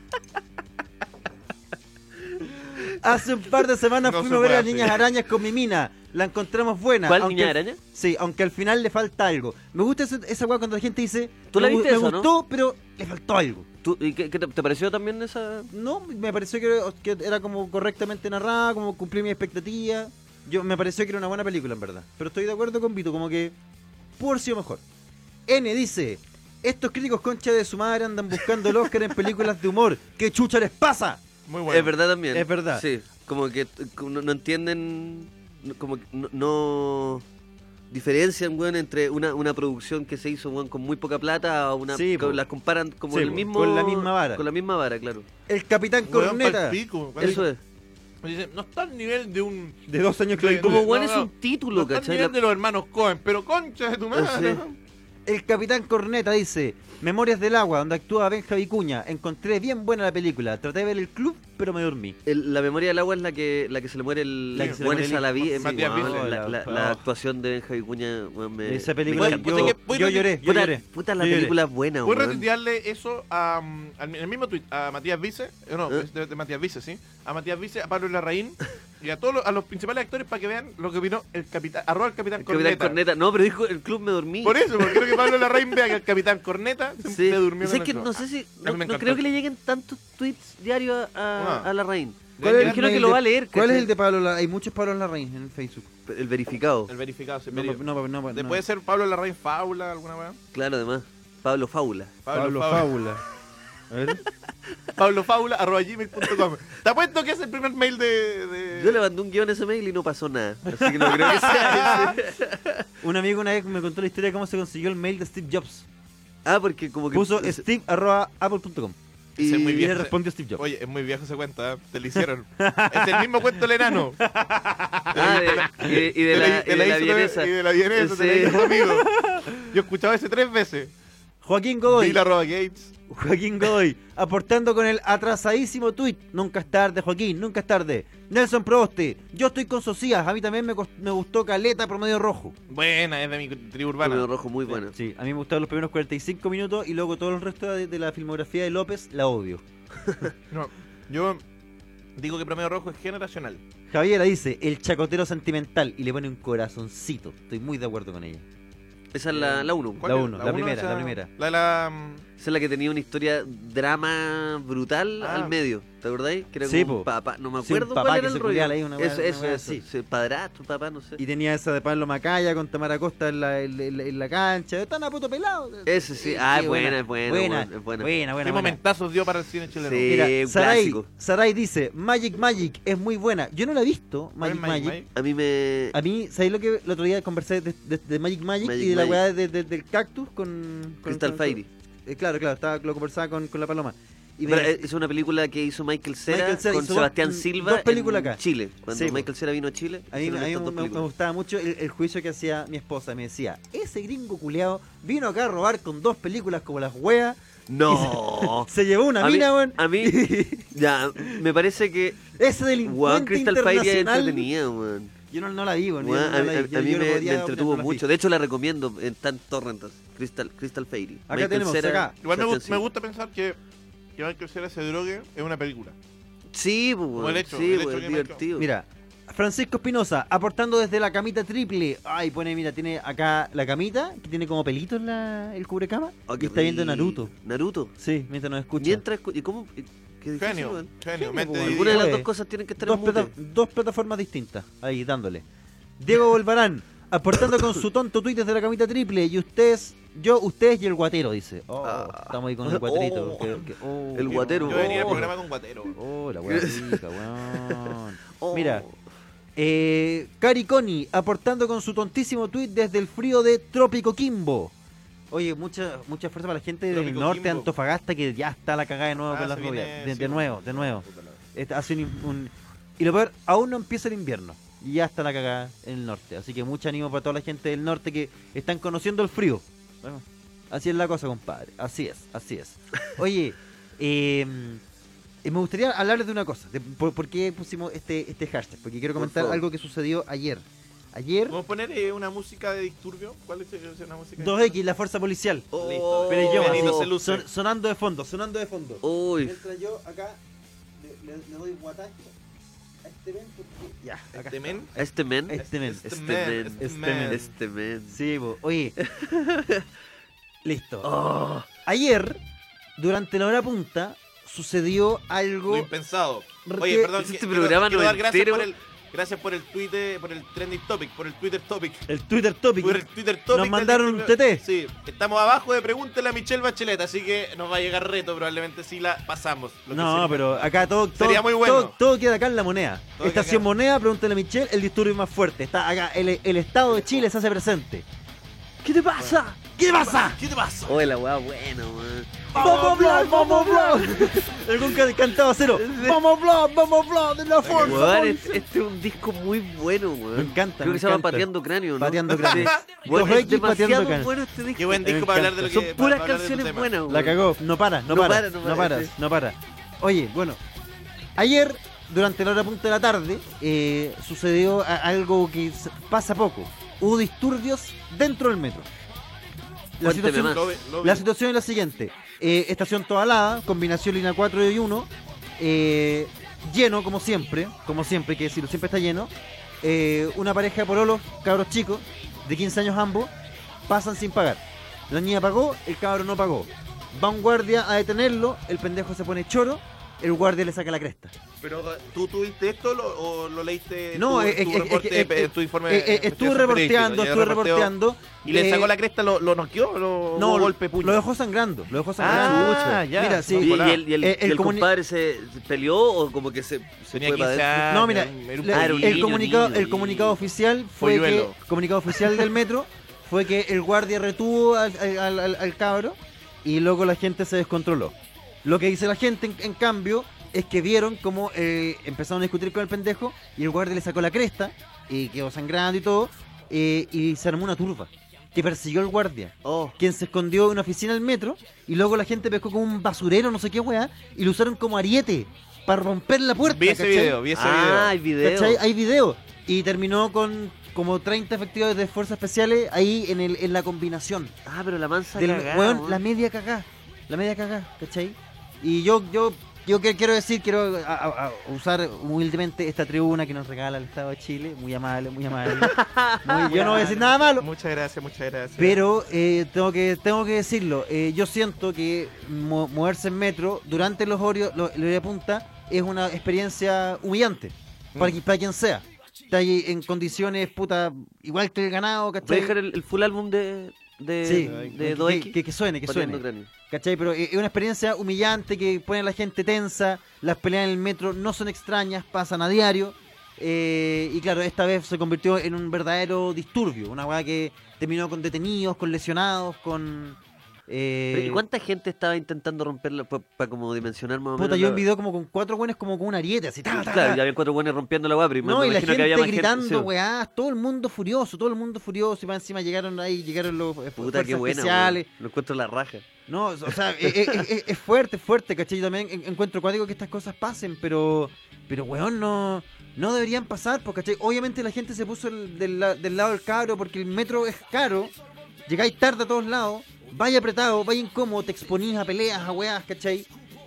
Hace un par de semanas No se fuimos a ver puede a así. Niñas Arañas con mi mina. La encontramos buena. ¿Cuál aunque- Niña Araña? Sí, aunque al final le falta algo. Me gusta ese- esa weá cuando la gente dice. ¿Tú la me, gu- viste me esa, no? gustó, pero le faltó algo. ¿Tú, ¿Y qué, qué te, te pareció también esa...? No, me pareció que, que era como correctamente narrada, como cumplí mi expectativa. Yo me pareció que era una buena película, en verdad. Pero estoy de acuerdo con Vito, como que pudo haber sido mejor. N dice: estos críticos concha de su madre andan buscando el Oscar en películas de humor. ¿Qué chucha les pasa? Muy bueno. Es verdad también. Es verdad. Sí, como que t- como no, no entienden, no- como que no, no diferencian, weón, entre una, una producción que se hizo, weón, con muy poca plata a una... Sí, que po. las comparan como Sí, el po, mismo... con la misma vara. Con la misma vara, claro. El Capitán Weón, Corneta. palpico. Cuando Eso es. dice, Dice, no está al nivel de un... De dos años de- que Como, de- weón, no, es no, un título, no está al ¿cachai? nivel La- de los hermanos Cohen, pero concha de tu madre. Sí. El Capitán Corneta dice: Memorias del Agua, donde actúa Benja Vicuña. Encontré bien buena la película. Traté de ver el club, pero me dormí. El- la memoria del agua es la que la que se le muere el La que se le weón, muere esa el- la vi, es- Matías weón, Vice. la, la- la actuación de Benja Vicuña, weón, me, Esa me película, encantó. yo, Puta que- puta yo que- lloré, yo Puta, lloré. puta, la Yo lloré. película es buena, ¿Puedes weón. retuitearle eso a, um, al, en el mismo tweet a Matías Vice? Eh, No, ¿Eh? es de, de Matías Vice, sí. A Matías Vice, a Pablo Larraín y a todos los, a los principales actores para que vean lo que opinó el capitán, arroba el capitán El Capitán Corneta. Corneta. No, pero dijo el club me dormí. Por eso, porque creo que Pablo Larraín vea que el capitán Corneta se, Sí. se durmió. Y sé con que el- no sé si. A No, mí me no encantó. creo que le lleguen tantos tweets diarios a, a, Ah. a la Rain. ¿Cuál es el Imagino que mail lo de- va a leer. ¿Cuál es ¿cachai? el de Pablo Larraín? Hay muchos Pablo Larraín en el Facebook. El verificado. El verificado, sí. No, pero- no, no, no, ¿Le no. puede ser Pablo Larraín Fábula, alguna weá? Claro, además. Pablo Fábula. Pablo Fábula. Fábula. A ver. Pablo Fábula, arroba gmail punto com. Te apuesto que es el primer mail de... de... Yo le mandé un guión a ese mail y no pasó nada. Así que no creo que sea ese. Un amigo una vez me contó la historia de cómo se consiguió el mail de Steve Jobs. Ah, porque como que. Puso steve arroba apple punto com. Ese es muy Y viejo. le respondió Steve Jobs. Oye, es muy viejo ese cuento, ¿eh? Te lo hicieron. Es el mismo cuento del enano. Ah, de, y de, y de Te la, y te de la hizo- vienesa. Y de la vienesa, te la Sí. hizo tu amigo. Yo escuchaba ese tres veces. Joaquín Godoy. Bill arroba Gates. Joaquín Godoy, aportando con el atrasadísimo tuit. Nunca es tarde, Joaquín, nunca es tarde. Nelson Proboste, yo estoy con Socias. A mí también me, cost- me gustó Caleta Promedio Rojo. Buena, es de mi tribu urbana. Promedio Rojo, muy buena. Sí, a mí me gustaron los primeros cuarenta y cinco minutos y luego todo el resto de, de la filmografía de López la odio. No, yo digo que Promedio Rojo es generacional. Javiera dice, el chacotero sentimental y le pone un corazoncito. Estoy muy de acuerdo con ella. Esa es la la uno. La uno, la primera, la primera. La, la, Esa es la que tenía una historia drama brutal Ah. al medio. ¿Te acordáis? Que era Sí, como un po. papá, no me Sí, un acuerdo papá cuál que era se el culiaba rollo. ahí, una wea- Eso, una eso, wea eso. así. Sí, padrastro, papá, no sé. Y tenía esa de Pablo Macaya con Tamara Costa en la, en, en- en la cancha. Están a puto pelado. Ese sí, ah, es buena, es buena, Buena, buena, es buena. buena, buena. ¿Qué buena. momentazos dio para el cine chileno? Sí. Mira, un Sarai, clásico. Sarai dice, Magic Magic es muy buena. Yo no la he visto, ¿Cuál es Magic Magic. A mí me... A mí, ¿sabéis lo que el otro día conversé de, de- de Magic Magic, Magic y de la Magic. weá de- de- del cactus con... con- Crystal con- Fairy. Eh, claro, claro, estaba, lo conversaba con, con la paloma. Y Pero, me- eh, es una película que hizo Michael Cera, Michael Cera con hizo Sebastián dos- Silva dos películas en acá. Chile. Cuando Sí, po. Michael Cera vino a Chile, A mí, hicieron a mí estas dos me, me películas. gustaba mucho el, el juicio que hacía mi esposa. Me decía, ese gringo culeado vino acá a robar con dos películas como las weas. No. Se llevó una A mí- mina, weón. A mí, ya, me parece que... Ese Weón, delincuente Crystal Fairy es internacional. entretenida, weón. Yo no, no la vi, weón. yo Weón, no a, la a- vi. Yo- a mí yo no me, podía me opinar, entretuvo no la vi. mucho. De hecho, la recomiendo en tan torrentas. Crystal, Crystal Fairy. Acá Michael tenemos, Cera, acá. Igual me, Sebastián gu- me Silva. gusta pensar que, que Michael Cera se drogue es una película. Sí, pues, Como weón. el hecho- sí, el hecho weón, que es Michael- divertido. Mira, Francisco Espinosa, aportando desde la camita triple. Ay, pone, mira, tiene acá la camita, que tiene como pelitos la, el cubrecama. Oh, y qué está viendo rico. Naruto. Naruto. Sí, mientras nos escucha. Mientras... escu- ¿Y cómo? Qué difícil, Genio, weón. genio. mente pues, de- Alguna de las Oye, dos cosas tienen que estar dos, en mute. plata- dos plataformas distintas, ahí dándole. Diego Volvarán, aportando con su tonto tuit desde la camita triple. Y ustedes, yo, ustedes y el guatero, dice. Oh, Ah. estamos ahí con el guaterito. Oh. que- que- oh, El qué- guatero. Yo venía al Oh. programa con Guatero. Oh, la wea rica, weón. Oh. Mira, eh, Cari Coni, aportando con su tontísimo tuit desde el frío de Trópico Quimbo. Oye, mucha mucha fuerza para la gente del Trópico norte de Quimbo. Antofagasta que ya está la cagada de nuevo Ah, con las se viene- novias. De, sí, de bueno. nuevo, de nuevo. Este, hace un, un- y lo peor, aún no empieza el invierno. Y ya está la cagada en el norte. Así que mucho ánimo para toda la gente del norte que están conociendo el frío. Bueno, así es la cosa, compadre. Así es, así es. Oye, eh, eh, me gustaría hablarles de una cosa. De por, por qué pusimos este, este hashtag? Porque quiero Por comentar favor. algo que sucedió ayer. Ayer, ¿Podemos poner eh, una música de disturbio? ¿Cuál es eh, una música? de dos X, la fuerza policial. Oh. Listo. Pero yo, Benito así, se luce. son- sonando de fondo, sonando de fondo. Uy, Mientras yo acá le, le- le doy guataje a este men porque... Ya, acá Este está. men. este men. Este men. Este Este men, men. este Este men. men. Este men. Sí, bo. Oye. Listo. Oh. Ayer, durante la hora punta, sucedió Lo algo... impensado. Porque Oye, perdón, este que- programa quiero dar gracias noventero. por el, gracias por el tweet, de- por el trending topic, por el Twitter topic. El Twitter Topic. Por el Twitter topic. Nos del mandaron un disturbio. T T. Sí, estamos abajo de pregúntale a Michelle Bachelet, así que nos va a llegar reto probablemente si la pasamos. Lo que No, sería- pero acá todo, todo, Sería muy bueno. todo, todo queda acá en la moneda. Todo Estación queda acá. Moneda, pregúntale a Michelle, el disturbio más fuerte. Está acá, el, el Estado de Chile se hace presente. ¿Qué te pasa? ¿Qué te pasa? ¿Qué te pasa? Oye, la weá buena, weón. ¡Vamos a hablar, vamos a hablar! Algún can- cantaba cero. ¡Vamos a hablar, vamos a hablar de la fuerza! Weón, policial! este, este es un disco muy bueno, weón. Me encanta, Creo me que se llama encanta. Pateando Cráneo, ¿no? Pateando Cráneo. Sí. Weón, Dos es X Pateando demasiado Cráneo. bueno este disco. Qué buen Me disco para hablar de lo que Son para- puras para hablar de tu canciones tema. buenas, weón. La cagó, no para, no, No para, para, no no para, paras, sí. no para. Oye, bueno, ayer, durante la hora punta de la tarde, eh, sucedió a- algo que s- pasa poco. Hubo disturbios dentro del metro. La Cuénteme situación, más. Lo vi- lo vi. la situación es la siguiente. Eh, estación Tobalada, combinación línea cuatro y uno, eh, lleno como siempre, como siempre, hay que decirlo, siempre está lleno. Eh, una pareja de pololos, cabros chicos, de quince años ambos, pasan sin pagar. La niña pagó, el cabro no pagó. Va un guardia a detenerlo, el pendejo se pone choro, el guardia le saca la cresta. Pero, ¿tú tuviste esto lo- o lo leíste No, tu, eh, tu eh, eh, reporte, eh, eh, eh, tu informe? eh, eh, de estuve investigación reporteando, periodística? estuve Ya reporteó. reporteando. ¿Y le eh, sacó la cresta? ¿Lo, lo noqueó? ¿Lo, No, hubo golpe puño? lo dejó sangrando, lo dejó Ah, sangrando. ya. Mira, sí. Y, y Hola. el, y el, Eh, el y el comuni- compadre se, se peleó o como que se, se Tenía fue para quince adentro? años. No, mira, era un la- Ah, era un el, niño, comunicado, niño, el niño. comunicado oficial fue que, Polluelo. comunicado oficial del metro fue que el guardia retuvo al, al, al- al cabro y luego la gente se descontroló. Lo que dice la gente, en, en cambio, es que vieron cómo eh, empezaron a discutir con el pendejo y el guardia le sacó la cresta y quedó sangrando y todo, eh, y se armó una turba. que persiguió al guardia, Oh. quien se escondió en una oficina del metro, y luego la gente pescó como un basurero, no sé qué weá, y lo usaron como ariete para romper la puerta. Vi ese ¿cachai? video, vi ese Ah, video. hay video. ¿Cachai? Hay video. Y terminó con como treinta efectivos de fuerzas especiales ahí en el en la combinación. Ah, pero la mansa Del, cagada, weón, weón. la media cagá. La media cagá, ¿cachai? Y yo, yo, yo que quiero decir, quiero a- a- a usar humildemente esta tribuna que nos regala el Estado de Chile. Muy amable, muy amable. Muy- yo no voy a decir nada malo. Muchas gracias, muchas gracias. Pero eh, tengo que tengo que decirlo. eh, yo siento que mo- moverse en metro durante los horarios lo, lo de punta es una experiencia humillante para, Mm. qui- para quien sea. Está ahí en condiciones, puta, igual que el ganado, Voy a ¿cachai? dejar el, el full álbum de, de, Sí, de que, dos que- X. que- que suene, que pateando suene. cráneo. ¿Cachai? Pero es una experiencia humillante que pone a la gente tensa. Las peleas en el metro no son extrañas, pasan a diario. eh, y claro, esta vez se convirtió en un verdadero disturbio. Una weá que terminó con detenidos, con lesionados, con... eh, Pero, ¿y cuánta gente estaba intentando romperla para como dimensionar más o puta, menos? yo la- en video como con cuatro buenos como con un ariete, así. Ta, ta, Claro, ta. ya había cuatro buenos rompiendo la weá, pero No, me y la imagino gente que había más gritando, gente. sí. weá, todo el mundo furioso, todo el mundo furioso, y más encima llegaron ahí, llegaron los eh, Puta, qué fuerzas buena, especiales. weón. Lo encuentro la raja. No, o sea, es, es- es- es fuerte, es fuerte, ¿cachai? Yo también en- encuentro cuático que estas cosas pasen, pero, pero weón, no, no deberían pasar, porque, ¿cachai? Obviamente la gente se puso el- del, la- del lado del cabro, porque el metro es caro, llegáis tarde a todos lados, vaya apretado, vaya incómodo, te exponís a peleas, a weas, ¿cachai?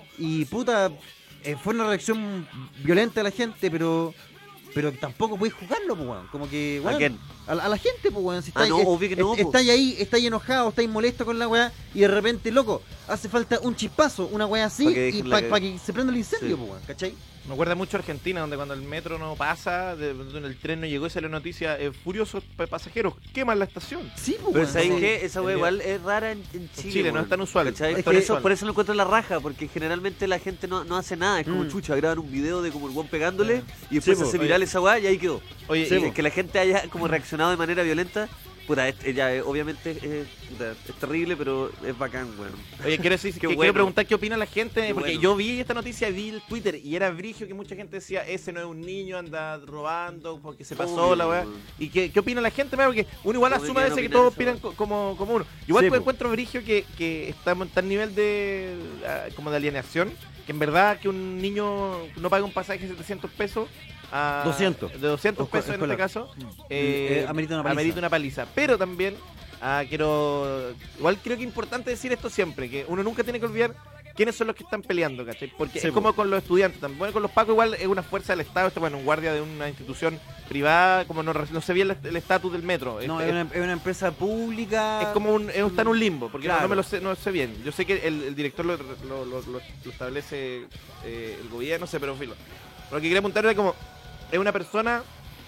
Y puta, eh, fue una reacción violenta de la gente, pero... Pero tampoco podéis jugarlo, pues, weón. Como que, weón. ¿A quién? A la, a la gente, pues, weón. Si Ah, estáis, no, es- obvio que no, es- po. estáis ahí, estáis enojado, estáis molesto con la weá, y de repente, loco, hace falta un chispazo, una weá así, Pa' que y dejen la para caga. que se prenda el incendio, Sí. pues, weón, ¿cachai? Me acuerda mucho a Argentina, donde cuando el metro no pasa, de, donde el tren no llegó y salió noticia, eh, furiosos pa- paseros queman la estación. Sí, pues, Pero weón. ¿sabéis Sí. qué? Esa weá El- igual es rara en, en Chile. Chile, no weón. es tan usual, ¿Cachai? no es Es tan por, eso, usual. por eso lo encuentro la raja, porque generalmente la gente no, no hace nada. Es como Mm. chucha, graban un video de como el weón pegándole y después Sí, se hace po. viral esa weá y ahí quedó. Oye, Sí, y- que la gente haya como reaccionado de manera violenta, puta, es- ella eh, obviamente es, puta, es terrible, pero es bacán, weón. Oye, quiero, decir, Qué que bueno. quiero preguntar qué opina la gente, Qué porque bueno. yo vi esta noticia, vi el Twitter y era brigio que mucha gente decía, ese no es un niño, anda robando porque se pasó Obvio, la weá. weón. ¿Y qué, qué opina la gente? Weá? Porque uno igual No asume a veces que deberían todos opinar opinan eso, co- como, como uno. Igual Sí, pues po. encuentro brigio que, que estamos en tal nivel de ah, como de alienación, que en verdad que un niño no pague un pasaje de setecientos pesos a doscientos. de doscientos Esco- pesos en este escolar. caso, Eh, amerita una paliza. amerita una paliza. Pero también ah, quiero, igual creo que es importante decir esto siempre, que uno nunca tiene que olvidar quiénes son los que están peleando, ¿cachai? Porque Sí, es como con los estudiantes, también bueno, con los pacos igual es una fuerza del Estado, esto bueno, un guardia de una institución privada, como no, no se ve el el estatus del metro. No, es, es una, es una empresa pública. es como un, es- está en un limbo, porque no- Claro. no me lo sé, no sé bien. Yo sé que el, el director lo, lo, lo- lo- lo establece eh, el gobierno, no sé, pero filo. Lo que quería apuntar era como, es una persona,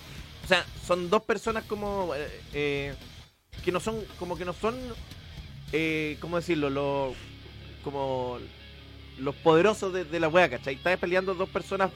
o sea, son dos personas como, eh, eh, que no son, como que no son, eh, ¿cómo decirlo? Lo, como los poderosos de, de la wea, ¿cachai? Está peleando dos personas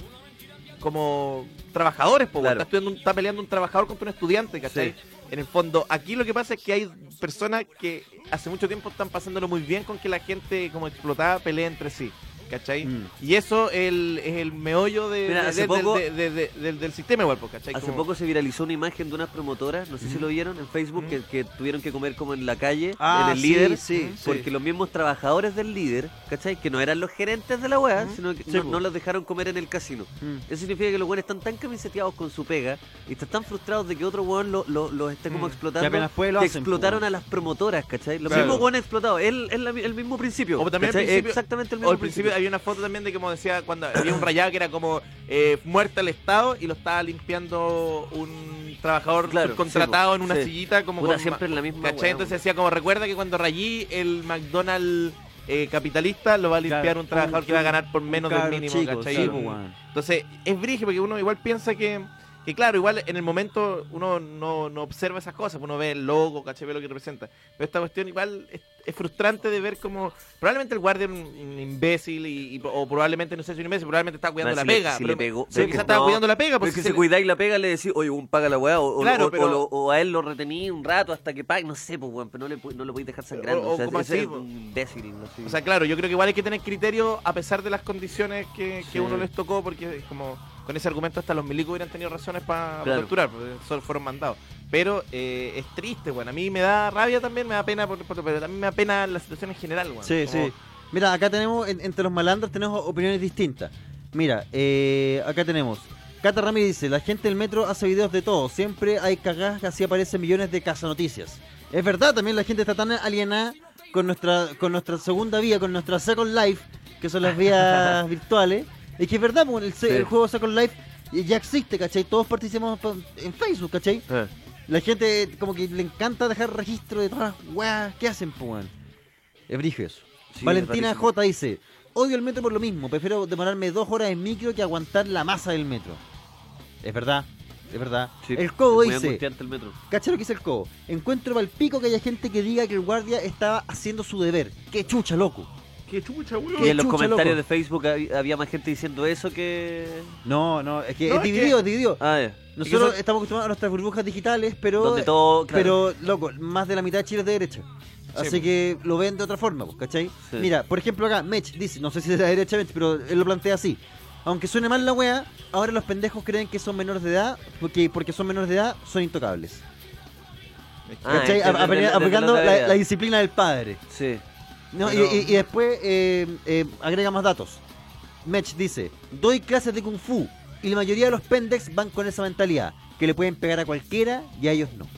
como trabajadores, po, Claro. está, estudiando un- está peleando un trabajador contra un estudiante, ¿cachai? Sí. En el fondo, aquí lo que pasa es que hay personas que hace mucho tiempo están pasándolo muy bien con que la gente como explotada pelee entre sí, ¿cachai? Mm. Y eso el, es el meollo de, Mira, de- hace de- poco- de- de- de- del, del sistema igual, po, ¿cachai? Hace Como- poco se viralizó una imagen de unas promotoras, no sé si lo vieron en Facebook, Mm. que, que tuvieron que comer como en la calle, Ah, en el sí, líder, sí, porque sí. los mismos trabajadores del líder, ¿cachai? Que no eran los gerentes de la wea, Mm. sino que Sí, no, po. no los dejaron comer en el casino. Mm. Eso significa que los weones están tan camiseteados con su pega y están tan frustrados de que otro weón los lo, los esté como Mm. explotando, Que apenas puede lo que hacen, explotaron po. a las promotoras, ¿cachai? Los Claro. mismos weones explotados, el, el, el mismo principio. O también al ¿cachai? principio- Exactamente el O mismo al principio había una foto también de como decía cuando había un rayado que era como eh, muerte al Estado y lo estaba limpiando un trabajador Claro, subcontratado sí, en una sí. sillita como Puta, con siempre en la misma ¿cachai? wea, Entonces weón. decía como recuerda que cuando rayí el McDonald's eh, capitalista lo va a limpiar Claro, un trabajador un- que va a ganar por menos del cabro mínimo, chico, ¿cachai? sí, Un- po, weón. Entonces es brígido porque uno igual piensa que, que claro, igual en el momento uno no, no observa esas cosas, uno ve el logo, ¿cachai? Ve lo que representa. Pero esta cuestión igual es, es frustrante de ver como probablemente el guardia es un, un imbécil y, y- o probablemente no sé si un imbécil, probablemente está cuidando Más la si le- pega. si pero, le pegó- pero sí, quizás po. estaba No, cuidando la pega. Pero Porque es que se si le- cuidáis la pega le decís, oye, un paga la weá, o, o- Claro, o- pero- o lo- o a él lo retení un rato hasta que pague, no sé, pues weón, pero no le, pu- no lo podéis dejar sangrando. O- o o sea, como ese así, es po. un imbécil. No sé. O sea, claro, yo creo que igual hay que tener criterio a pesar de las condiciones que, que Sí. uno les tocó, porque es como, con ese argumento hasta los milicos hubieran tenido razones para Claro. torturar, porque solo fueron mandados. Pero eh, es triste, weón. A mí me da rabia también, me da pena, por, por- pero también me da pena la situación en general, weón. Sí, Como- sí. Mira, acá tenemos, en- entre los malandros tenemos opiniones distintas. Mira, eh, acá tenemos. Cata Ramírez dice, la gente del metro hace videos de todo, siempre hay cagadas que así aparecen millones de cazanoticias. Es verdad, también la gente está tan alienada con nuestra con nuestra segunda vía, con nuestra Second Life, que son las vías virtuales. Es que es verdad, pues, el, se- Sí. el juego Second Life ya existe, ¿cachai? Todos participamos en Facebook, ¿cachai? Eh. La gente como que le encanta dejar registro de todas las weas que hacen, pues, weón. Es brígido eso. Sí, Valentina es rarísimo. J dice, odio el metro por lo mismo, prefiero demorarme dos horas en micro que aguantar la masa del metro. Es verdad, es verdad. Sí, el Cobo es muy dice, angustiante el metro. ¿cacha lo que dice el Cobo? Encuentro pal pico que haya gente que diga que el guardia estaba haciendo su deber. ¡Qué chucha, loco! Qué chucha, weón. Y en los chucha, comentarios loco. de Facebook hab- había más gente diciendo eso que... No, no, es que No, es es dividido, que- es dividido. Ah, ya. Nosotros eso- estamos acostumbrados a nuestras burbujas digitales, pero... Donde todo... claro. Pero, loco, más de la mitad de Chile es de derecha. Así pues. que lo ven de otra forma, pues, ¿cachai? Sí. Mira, por ejemplo acá, Mech dice, no sé si es de la derecha, Mech, pero él lo plantea así. Aunque suene mal la wea, ahora los pendejos creen que son menores de edad, porque porque son menores de edad, son intocables. Ah, ¿Cachai? desde- A- apre- desde- aplicando desde la, gravedad. la disciplina del padre. Sí. No, y- Pero- y, y después eh, eh, agrega más datos. Mech dice, doy clases de Kung Fu y la mayoría de los pendex van con esa mentalidad, que le pueden pegar a cualquiera y a ellos no.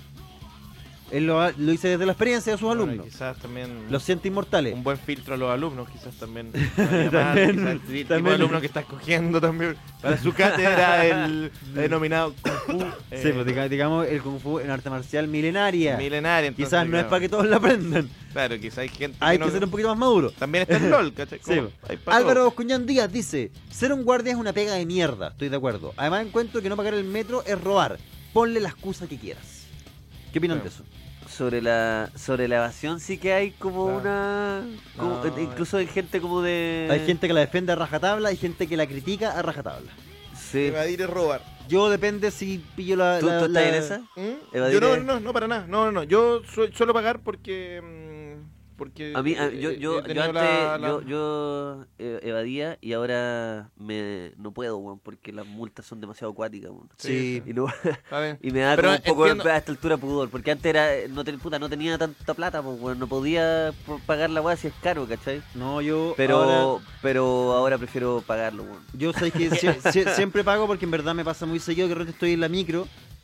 Él lo, ha- lo dice desde la experiencia de sus Bueno, alumnos. quizás también Los siente inmortales. un buen filtro a los alumnos, quizás también. También, También, quizás el tipo también. de alumno que está escogiendo también para su cátedra el denominado Kung Fu. Sí, eh, pues diga- digamos el Kung Fu en arte marcial milenaria. milenaria. Entonces, Quizás no es claro. para que todos la aprendan. Claro, quizás hay gente Hay que, que no- ser un poquito más maduro. También está el LOL, ¿cachai? Sí, Como, hay pa' Álvaro todo. Boscuñán Díaz dice, ser un guardia es una pega de mierda, estoy de acuerdo. Además encuentro que no pagar el metro es robar. Ponle la excusa que quieras. ¿Qué opinan Sí. de eso? Sobre la sobre la evasión sí que hay como Claro. una... como- No, incluso hay gente como de... Hay gente que la defiende a rajatabla, hay gente que la critica a rajatabla. Sí. Evadir es robar. Yo depende si pillo la... ¿Tú, la- tú estás la- en esa? ¿Mm? Evadir Yo no, es- no, no, para nada. No, no, no. Yo su- suelo pagar porque. mm, porque A mí, a- eh, yo, eh, yo, he yo tenido antes, la- la- yo, yo eh, evadía y ahora me no puedo, weón, porque las multas son demasiado acuáticas, weón. Sí. Y, no- Está bien. y me da Pero como un poco entiendo- a esta altura pudor, porque antes era, no, ten- puta, no tenía tanta plata, pues, weón, no podía por pagar la weá si es caro, ¿cachai? No, yo Pero ahora- pero ahora prefiero pagarlo, weón. Yo sé que sie- sie- siempre pago porque en verdad me pasa muy seguido que de repente estoy en la micro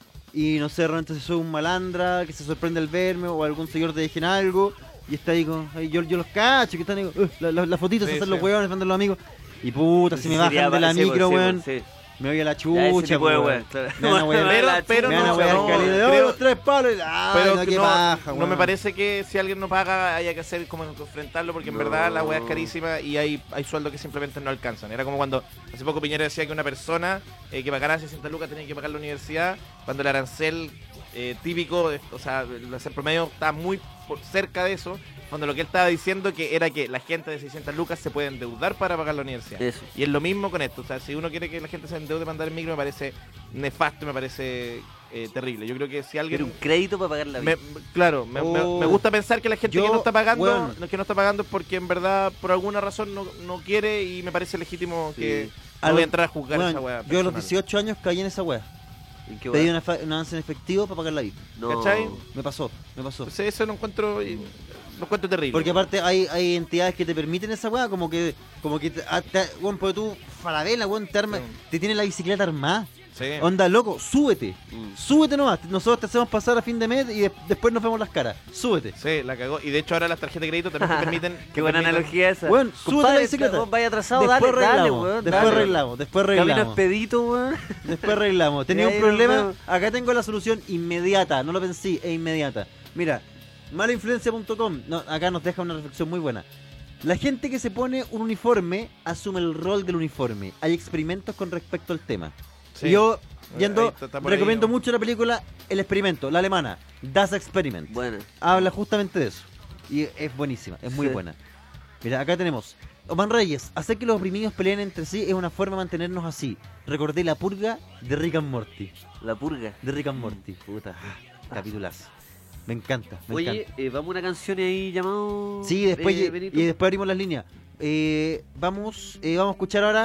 y no sé, de repente si soy un malandra que se sorprende al verme o algún señor te dejen algo y está ahí con. Ahí yo, yo los cacho, que están ahí, uh, la, la, la fotito, Sí, se hacen sí. los hueones, mandan los amigos. Y puta, si me Sería bajan de la pa- sí, micro, sí, weón, sí. me voy a la Ya, ese chucha, tipo de weón. weón, claro. Me van a wear, Pero- La pero me chucha, van a no, wear no, caliente, de, creo- "Oh, los tres palos. Ah, Pero no, qué no, paja, no weón. me parece que si alguien no paga haya que hacer como enfrentarlo porque en No. verdad la weá es carísima y hay, hay sueldos que simplemente no alcanzan. Era como cuando hace poco Piñera decía que una persona eh, que pagara sesenta lucas tenía que pagar la universidad cuando el arancel eh, típico, de- o sea, el arancel promedio está muy por cerca de eso. Cuando lo que él estaba diciendo que era que la gente de seiscientas lucas se puede endeudar para pagar la universidad. Eso. Y es lo mismo con esto. O sea, si uno quiere que la gente se endeude para andar en micro, me parece nefasto, me parece eh, terrible. Yo creo que si alguien... Quiero un crédito para pagar la vida. Me- claro, me, me- Oh. me gusta pensar que la gente Yo, que no está pagando, weón. no- que no está pagando es porque en verdad por alguna razón no, no quiere y me parece legítimo Sí. que A no voy los- a entrar a juzgar weón, esa weá. yo a los personal. dieciocho años caí en esa weá. ¿En qué Pedí weá? una, fa- un avance en efectivo para pagar la vida. No. ¿Cachai? Me pasó, me pasó. Entonces eso lo encuentro, lo encuentro terrible. Porque aparte hay, hay entidades que te permiten esa weá, como que, como que, te, ah, te- weón, porque tú, Falabella, weón, te, arma- Sí. te tiene la bicicleta armada. Sí. Onda, loco, súbete. Mm. Súbete nomás. Nosotros te hacemos pasar a fin de mes y de- después nos vemos las caras. Súbete. Sí, la cagó. Y de hecho ahora las tarjetas de crédito también te permiten... Qué te buena permiten- analogía esa. Weón, súbete Compadre, la bicicleta. vos vaya atrasado, Después dale, dale, arreglamos. weón. después dale. arreglamos. Después Camino arreglamos. expedito, weón. Después arreglamos. Tenía Ya, un ahí problema. nos vemos. Acá tengo la solución inmediata. No lo pensé, es inmediata. Mira, malainfluencia punto com. No, acá nos deja una reflexión muy buena. La gente que se pone un uniforme asume el rol del uniforme. Hay experimentos con respecto al tema. Sí. Y yo, Ahí yendo, está- está por ahí, recomiendo ¿no? mucho la película El Experimento, la alemana, Das Experiment. Bueno. Habla justamente de eso. Y es buenísima, es muy Sí. buena. Mira, acá tenemos. Oman Reyes, hacer que los oprimidos peleen entre sí es una forma de mantenernos así. Recordé la purga de Rick and Morty. La purga. De Rick and Morty. Puta, ah, capitulazo. Me encanta, me Oye, encanta. eh, vamos a una canción ahí llamado... Sí, después, eh, y- Benito. y después abrimos las líneas. Eh, vamos, eh, vamos a escuchar ahora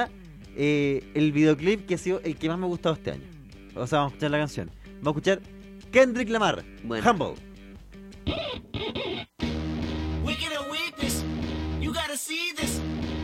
eh, el videoclip que ha sido el que más me ha gustado este año. O sea, vamos a escuchar la canción. Vamos a escuchar Kendrick Lamar, Bueno. Humble. We get a witness. You gotta see this.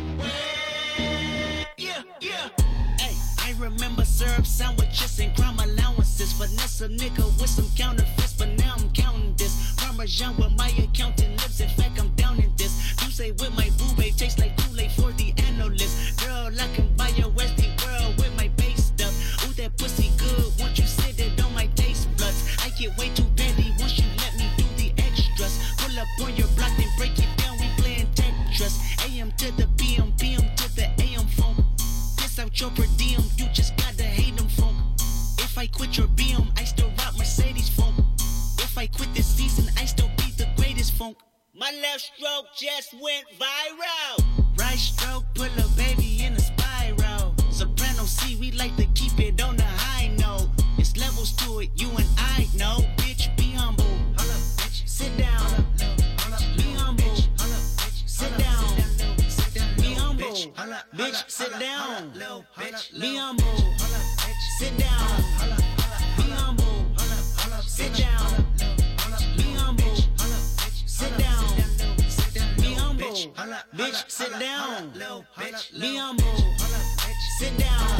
Yeah, yeah. Hey, I remember syrup sandwiches and crime allowances. Finesse a nigga with some counterfeits, but now I'm counting this. Parmesan with my accountant lips. In fact, I'm down in this. You say with my boo babe tastes like Kool-Aid for the analyst. Girl, I can buy your Westie world with my base stuff. Ooh, that pussy good. Once you sit it on my taste buds, I get way too petty once you let me do the extras. Pull up on your block, then break it down. We playing Tetris. A M to the P M, P M to the A M funk. Piss out your per diem, you just gotta hate them funk. If I quit your B M, I still rock Mercedes funk. If I quit this season, I still be the greatest funk. My left stroke just went viral. Right stroke put a baby in a spiral. Soprano C, we like to keep it on the high note. It's levels to it, you and I know. Bitch, be humble. Hold up, bitch. Sit down. Hold up, be humble. Hold up, bitch. Sit down. Be humble. Bitch, sit down. Be humble. Sit down. Be humble. Sit down. Be humble. Sit down. Be humble. Bitch, sit down. Be humble. Sit down.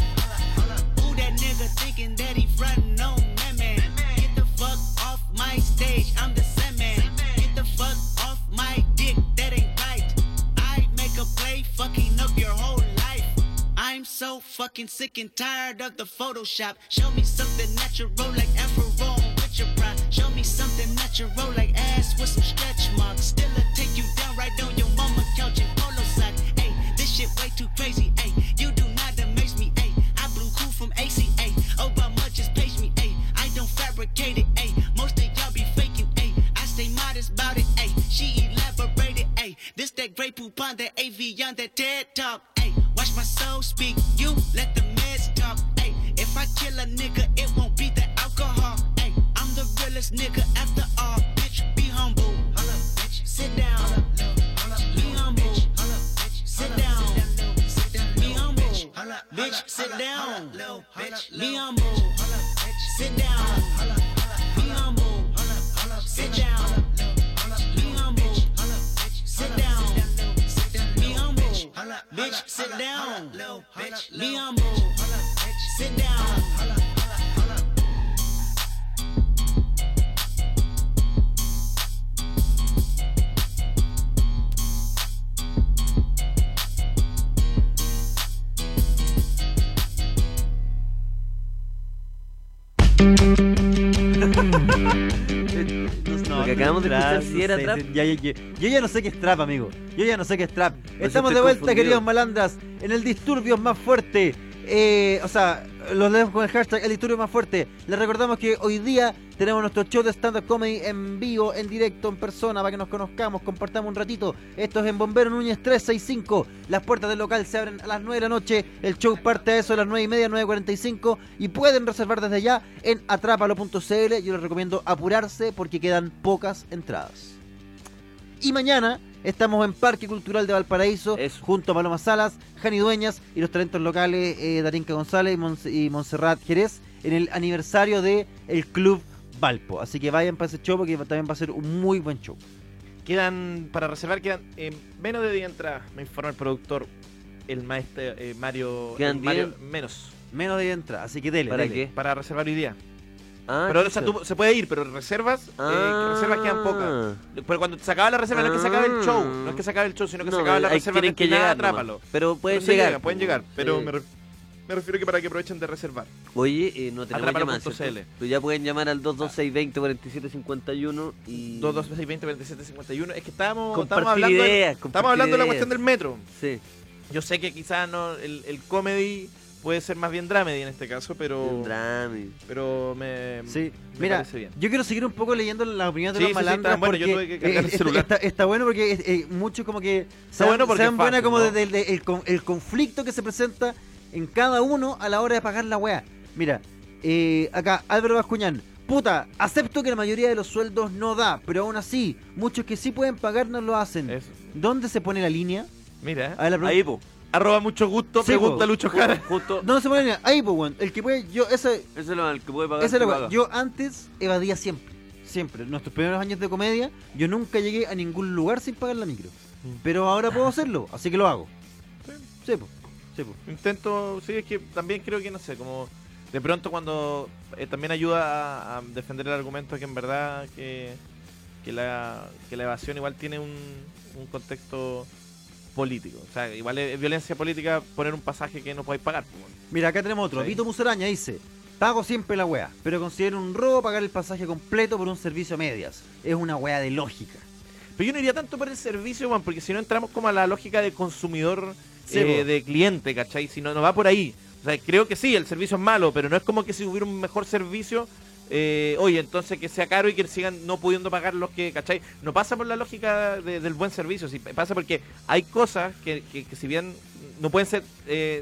Who that nigga thinking that he frontin' on that man? Get the fuck off my stage, I'm the Sandman. Get the fuck off my dick, that ain't right. I make a play, fucking up your whole life. I'm so fucking sick and tired of the Photoshop. Show me something natural like Afro with your pride. Show me something natural like ass with some stretch marks. Still a take you down right on your mama couch in polo sock. Ayy, this shit way too crazy. Ayy, you do not amaze me. Ayy, I blew cool from A C A. Obama just page me. Ayy, I don't fabricate it. Ayy, most of y'all be faking. Ayy, I stay modest about it. Ayy, she elaborated. Ayy, this that Grey Poupon on that A V on that TED Talk. Ayy, watch my soul speak. You let the meds talk. Ayy, if I kill a nigga, it won't be the alcohol. Ayy, I'm the realest nigga after all. Bitch, be humble. Hold up, bitch. Sit down. Hold up, hold up, be humble. Hold up, bitch. Sit down. Be humble. Bitch, sit down. Be humble. Sit down. Be humble. Sit down. Be humble. Sit down. Be humble. Bitch, sit down. Be humble. Sit down. Lo que acabamos de escuchar sí era trap. Ya, ya, ya. Yo ya no sé qué es trap, amigo. Yo ya no sé qué es trap. Pues Estamos estoy de vuelta, confundido. queridos malandras, en el Disturbios más fuerte. Eh, o sea, los leemos con el hashtag el Disturbio más fuerte. Les recordamos que hoy día tenemos nuestro show de stand-up comedy en vivo, en directo, en persona, para que nos conozcamos, compartamos un ratito. Esto es en Bombero Núñez trescientos sesenta y cinco. Las puertas del local se abren a las nueve de la noche. El show parte a eso a las nueve y media, nueve cuarenta y cinco. Y pueden reservar desde ya en atrápalo punto c l. Yo les recomiendo apurarse porque quedan pocas entradas. Y mañana estamos en Parque Cultural de Valparaíso, Eso. junto a Paloma Salas, Jani Dueñas y los talentos locales eh, Darinka González y, Mons- y Montserrat Jerez, en el aniversario de el Club Valpo. Así que vayan para ese show porque también va a ser un muy buen show. Quedan, para reservar, quedan eh, menos de diez entradas, me informa el productor, el maestro eh, Mario. Quedan el Mario diez. menos. Menos de entrada, así que dele. ¿Para dele. qué? Para reservar hoy día. Ah, pero o chucha. sea, tú- se puede ir, pero reservas, Ah. eh, reservas quedan pocas. Pero cuando se acaba la reserva, no es que se acabe el show, no es que se acabe el show, sino que No, se acaba la ahí reserva tienen que destinada, llegar nomás. atrápalo. Pero pueden Pero sí llegar. llegan, pueden llegar, pero Sí. me, re- me refiero que para que aprovechen de reservar. Oye, eh, no tenemos Atrápalo llamadas, punto ¿cierto? c l. Pero ya pueden llamar al dos dos seis dos cero, cuatro siete cinco uno y... dos dos seis veinte veintisiete cincuenta y uno. Es que estábamos, Compartir estamos hablando, de- ideas, estamos compartir hablando de la ideas. cuestión del metro. Sí. Yo sé que quizás no, el, el comedy puede ser más bien dramedy en este caso, pero Un dramedy. pero me, Sí, me mira, parece bien. yo quiero seguir un poco leyendo las opiniones de Sí, los sí, sí, malandras está bueno, yo porque tuve que cargar el eh, celular. está, está bueno porque eh, eh, muchos como que se bueno dan- porque se dan es buena fácil, como ¿no? de- de- de- el, con- el conflicto que se presenta en cada uno a la hora de pagar la wea. Mira, eh, acá Álvaro Bascuñán, puta, acepto que la mayoría de los sueldos no da, pero aún así, muchos que sí pueden pagar no lo hacen. Eso. ¿Dónde se pone la línea? Mira, A ver, la pregunta- Ahí, po. Arroba mucho gusto, Sí, pregunta po. Lucho Jara. Justo, No, no se pone ni ahí, pues, weón. El que puede, yo, esa, ese es lo el que puede pagar. esa es la que weá. paga. Yo antes evadía siempre. Siempre. En nuestros primeros años de comedia, yo nunca llegué a ningún lugar sin pagar la micro. Pero ahora puedo hacerlo, así que lo hago. Sí, pues. Sí, pues. Intento, sí, es que también creo que, no sé, como de pronto cuando eh, también ayuda a, a defender el argumento que en verdad que, que, la, que la evasión igual tiene un, un contexto político. O sea, igual es violencia política poner un pasaje que no podáis pagar. pues, bueno. Mira, acá tenemos otro. Sí. Vito Musaraña dice: pago siempre la wea, pero considero un robo pagar el pasaje completo por un servicio a medias. Es una wea de lógica. Pero yo no iría tanto por el servicio, man, porque si no entramos como a la lógica de consumidor, Sí, eh, po. de cliente, ¿cachai? Si no, no va por ahí. O sea, creo que sí, el servicio es malo, pero no es como que si hubiera un mejor servicio, eh, oye, entonces que sea caro y que sigan no pudiendo pagar los que, ¿cachai? No pasa por la lógica de- del buen servicio, sí, pasa porque hay cosas que, que, que si bien no pueden ser eh,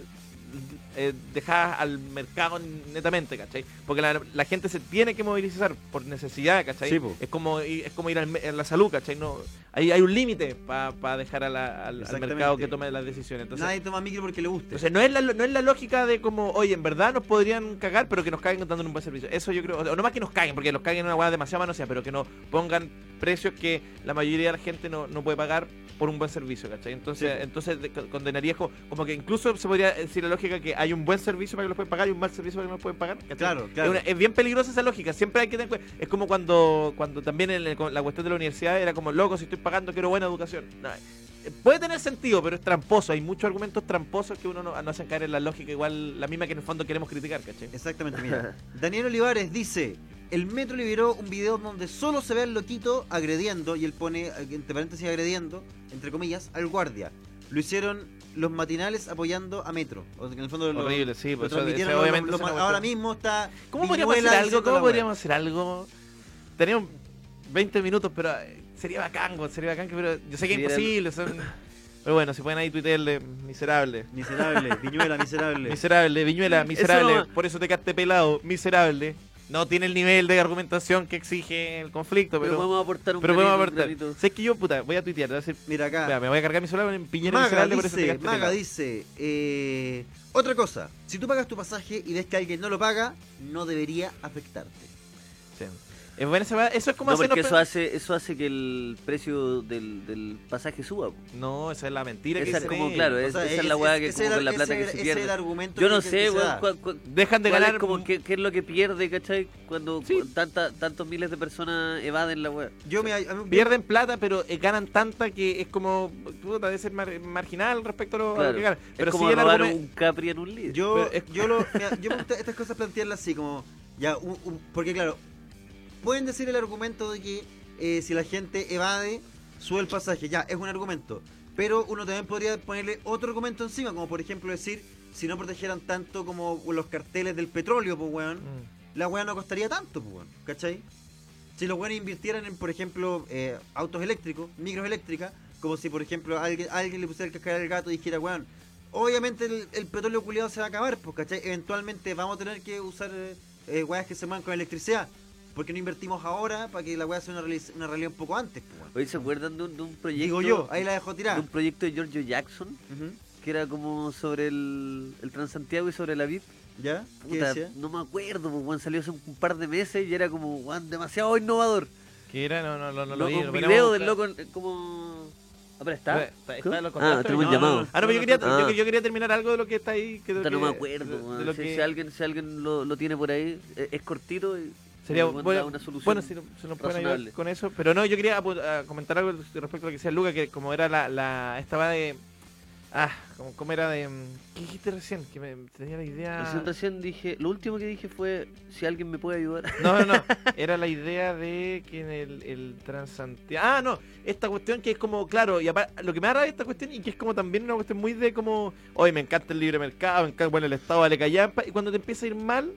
eh, dejadas al mercado netamente, ¿cachai? Porque la, la gente se tiene que movilizar por necesidad, ¿cachai? Sí, po. es como ir- es como ir al me- a la salud, ¿cachai? No, hay, hay un límite para dejar a la- al, al Exactamente. mercado que tome las decisiones. Entonces, Nadie toma micro porque le guste. entonces no es la no es la lógica de como, oye, en verdad nos podrían cagar, pero que nos caguen dando un buen servicio. Eso yo creo, o no más que nos caguen, porque los caguen en una hueá demasiado manoseada, pero que nos pongan precios que la mayoría de la gente no, no puede pagar por un buen servicio, ¿cachai? Entonces, Sí. entonces de- condenaría como, como que incluso se podría decir la lógica que hay un buen servicio para que los pueden pagar y un mal servicio para que no los pueden pagar, ¿cachai? Claro, claro. Es, una- es bien peligrosa esa lógica, siempre hay que tener cuenta. Es como cuando, cuando también en el- con la cuestión de la universidad era como, loco, si estoy pagando quiero buena educación. No, eh, puede tener sentido, pero es tramposo. Hay muchos argumentos tramposos que uno no, no hacen caer en la lógica, igual la misma que en el fondo queremos criticar, ¿cachai? Exactamente, mira. Daniel Olivares dice: el metro liberó un video donde solo se ve al loquito agrediendo, y él pone, entre paréntesis, agrediendo, entre comillas, al guardia. Lo hicieron los matinales apoyando a Metro. O sea, que en el fondo lo, Horrible, sí, lo pues eso- transmitieron eso los- obviamente los- es una ahora cuestión. mismo está. ¿Cómo podríamos Viñuela hacer algo? diciendo ¿Cómo la podríamos hacer algo? Tenemos veinte minutos, pero eh, sería bacán, güey, sería bacán, que- pero yo sé que es Sí, era- imposible. Son... Pero bueno, si pueden ahí tuitearle, miserable. wea. Miserable, Viñuela, miserable. Miserable, Viñuela, Eso miserable. no- Por eso te quedaste pelado, miserable. No tiene el nivel de argumentación que exige el conflicto, Pero pero, podemos aportar un pero podemos granito, un aportar. granito. Sé que yo, puta, voy a tuitear, voy a decir, Mira acá. mira, me voy a cargar mi celular en Piñera Maga miserable, por eso te dice, quedaste Maga pelado. dice, eh, otra cosa, si tú pagas tu pasaje y ves que alguien no lo paga, no debería afectarte. Sí. Es buena esa weá, eso es como No, hacernos porque eso pe- hace, eso hace que el precio del, del pasaje suba. po. No, esa es la mentira que Esa es dicen como, ellos. claro, O es- sea, esa es es- la weá es- que ese como era- con la plata ese que era- se ese pierde. era el argumento Yo que- no que- sé, que se weón, da. cua- cua- Dejan de cuál es ganar como mm, qué, qué es lo que pierde, ¿cachai? Cuando Sí. cu- tanta, tantos miles de personas evaden la weá. Yo me, a mí- pierden plata, pero eh, ganan tanta que es como, puta, debe ser mar- marginal respecto a lo, a lo Claro. que ganan. Pero es como sí el robar argumento- un Capri en un líder. Yo, Pero es- yo, lo, mira, yo me gusta estas cosas plantearlas así, como, ya, un- un- porque claro, pueden decir el argumento de que eh, si la gente evade, sube el pasaje, ya, es un argumento. Pero uno también podría ponerle otro argumento encima, como por ejemplo decir, si no protegieran tanto como los carteles del petróleo, pues weón, Mm. la weá no costaría tanto, pues weón, ¿cachai? Si los weones invirtieran en, por ejemplo, eh, autos eléctricos, micros eléctricas, como si, por ejemplo, alguien, alguien le pusiera el cascabel al gato y dijera, weón, obviamente el, el petróleo culiado se va a acabar, pues, ¿cachai? Eventualmente vamos a tener que usar eh, eh, weas que se muevan con electricidad. Porque no invertimos ahora para que la wea sea una, reali- una realidad un poco antes, pues, weón. Hoy se acuerdan de un, de un proyecto. Digo yo, ahí la dejo de tirar. un proyecto de Giorgio Jackson Ujú. que era como sobre el, el Transantiago y sobre la V I P. ¿Ya? ¿Qué Puta, decía? no me acuerdo, pues, weón, salió hace un un par de meses y era como, weón, demasiado innovador. ¿Qué era? No, no, no, no lo Loco, vi. un lo video podríamos del buscar. loco eh, como... Ah, pero está. Está- ¿Cómo? está, lo Ah, contaste. tenemos un No, no, llamado. no. Ah, no, pero yo quería, Ah. yo, yo quería terminar algo de lo que está ahí. Que, de lo Puta, no que- me acuerdo, de- de weón. lo si, que- si alguien, si alguien lo, lo tiene por ahí, eh, es cortito y Sería me da bueno, una solución. bueno si, no- si nos pueden ayudar razonable. con eso. Pero no, yo quería apu- a comentar algo respecto a lo que decía Luca, que como era la, la esta va de... Ah, como, como era de... ¿Qué dijiste recién? Que me tenía la idea... Recién, recién dije, lo último que dije fue si alguien me puede ayudar. No, no, no. Era la idea de que en el, el Transantiago... Ah, no. Esta cuestión que es como, claro, y aparte, lo que me da rabia esta cuestión y que es como también una cuestión muy de como... Hoy me encanta el libre mercado, me encanta, bueno, el Estado vale callampa. Y cuando te empieza a ir mal,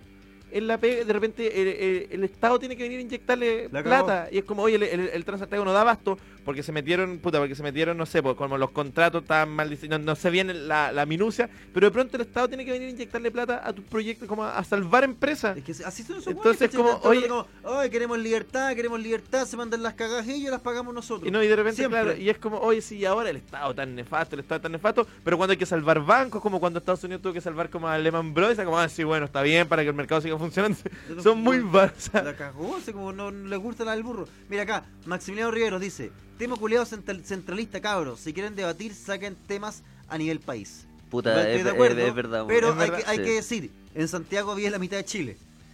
en la pega, de repente el, el- el Estado tiene que venir a inyectarle La cagó. plata. Y es como, oye, el, el, el Transantiago no da abasto porque se metieron, puta, porque se metieron, no sé, pues, como los contratos estaban mal diseñados, no, no sé bien la, la minucia, pero de pronto el Estado tiene que venir a inyectarle plata a tus proyectos, como a, a salvar empresas. Es que así son esos Entonces, hueones, como, ¿cachai? oye- Como, "Ay, queremos libertad, queremos libertad", se mandan las cagadas y ellos las pagamos nosotros. Y no, y de repente, Siempre. claro, y es como, oye, sí, ahora el Estado tan nefasto, el Estado tan nefasto, pero cuando hay que salvar bancos, como cuando Estados Unidos tuvo que salvar como a Lehman Brothers, como, ah, sí, bueno, está bien para que el mercado siga funcionando. Son muy baros. La cagó, así como no, no les gusta la del burro. Mira acá, Maximiliano Riveros dice: tema culiado central- centralista, cabros. Si quieren debatir, saquen temas a nivel país. Puta, Igual estoy es, de es- acuerdo, es verdad, weón. pero Es hay, verdad, que, hay sí. que decir, en Santiago vive la mitad de Chile.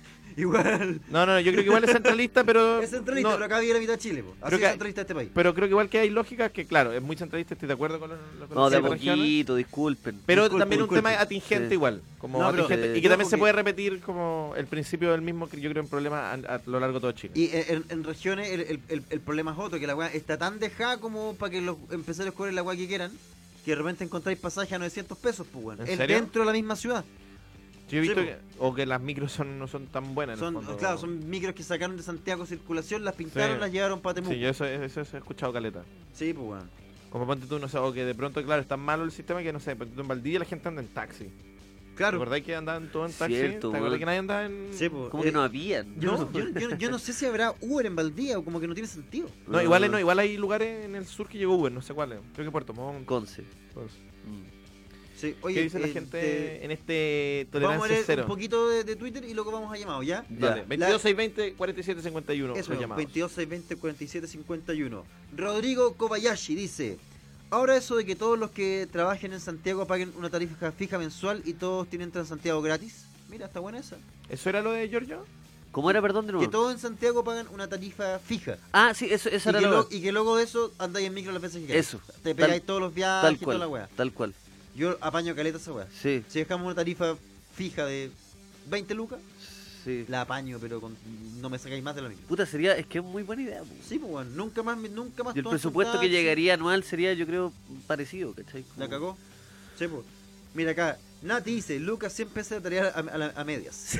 Igual. No, no, yo creo que igual es centralista, pero... Es centralista, no, pero acá vive la mitad de Chile. Po. Así Creo es que- centralista este país. pero creo que igual que hay lógica que, claro, es muy centralista, estoy de acuerdo con los, los No, de a las regiones, poquito, disculpen. pero Disculpe, también un disculpe. tema atingente Sí. igual, como No, pero, atingente, eh, y que también ojo se que- puede repetir como el principio del mismo, que yo creo, un problema a, a lo largo de todo Chile. Y en, en regiones el, el- el- el problema es otro, que la weá está tan dejada como para que los empresarios cobren la weá que quieran, que de repente encontráis pasaje a novecientos pesos, pues weón. ¿En Es serio? dentro de la misma ciudad. Yo he visto sí, que, o que las micros son, no son tan buenas en el Son, fondo. claro, son micros que sacaron de Santiago Circulación, las pintaron, Sí. las llevaron para Temuco. Sí, yo eso, eso, eso he escuchado caleta. Sí, pues weón. Como ponte tú, no sé, o que de pronto, claro, es tan malo el sistema que, no sé, ponte tú en Valdivia la gente anda en taxi. ¿Te Claro. acordás que andaban todos en taxi? Cierto, ¿Te acordás weón. que nadie andaba en...? Sí, pues. Como eh, que no habían. Yo, no, yo, yo- yo no sé si habrá Uber en Valdía o como que no tiene sentido. No, igual, no, igual hay lugares en el sur que llegó Uber, no sé cuáles. Creo que Puerto Montt. Conce. pues. Mm. Sí, oye, ¿Qué dice la eh, gente te- en este vamos a tolerancia leer cero? un poquito de, de Twitter y luego vamos a llamado, ¿ya? Dale, La- veintidós, seiscientos veinte, cuarenta y siete, cincuenta y uno. Eso, los llamados. veintidós, seiscientos veinte, cuarenta y siete, cincuenta y uno. Rodrigo Kobayashi dice: ahora eso de que todos los que trabajen en Santiago paguen una tarifa fija mensual y todos tienen Transantiago gratis. Mira, está buena esa. ¿Eso era lo de Giorgio? ¿Cómo era, perdón, de Que nuevo? todos en Santiago pagan una tarifa fija. Ah, sí, eso, Y eso que, era lo- lo... y que luego de eso andáis en micro las veces que queráis. Eso. Te Tal- pegáis todos los viajes Tal y toda la cual, weá. tal cual. Yo apaño caleta esa weá. Sí, Si dejamos una tarifa fija de veinte lucas, sí. la apaño, pero con- no me sacáis más de la micro. Puta, sería... Es que es muy buena idea, po. Sí, pues bueno, nunca más, nunca más. Y el todos en presupuesto que taxi. llegaría anual sería, yo creo, parecido, ¿cachai? La Como- cagó. Sí, pues. Mira acá, Nati dice: Lucas siempre hace la tarea a, a la- a medias.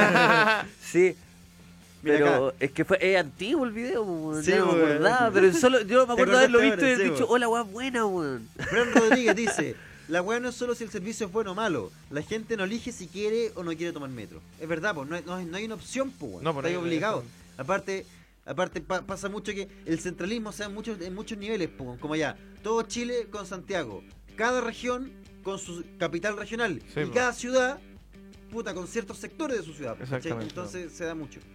Sí. Mira Pero acá. es que fue es antiguo el video, weón. Sí, ya no me weón. acordaba, pero solo yo me acuerdo de haberlo visto y acordaste haber ahora, dicho, sí, hola, weón, buena, weón. Fran Rodríguez dice: la weá no es solo si el servicio es bueno o malo. La gente no elige si quiere o no quiere tomar metro. Es verdad, pues no hay, no hay- no hay una opción, pues. No, No, pues, Estáis no hay- obligados. Aparte, aparte pa- pasa mucho que el centralismo se da en muchos, en muchos niveles, pues, como ya, todo Chile con Santiago, cada región con su capital regional Sí, y pues. cada ciudad, puta, con ciertos sectores de su ciudad. pues, ¿cachai? Exactamente. Entonces se da mucho.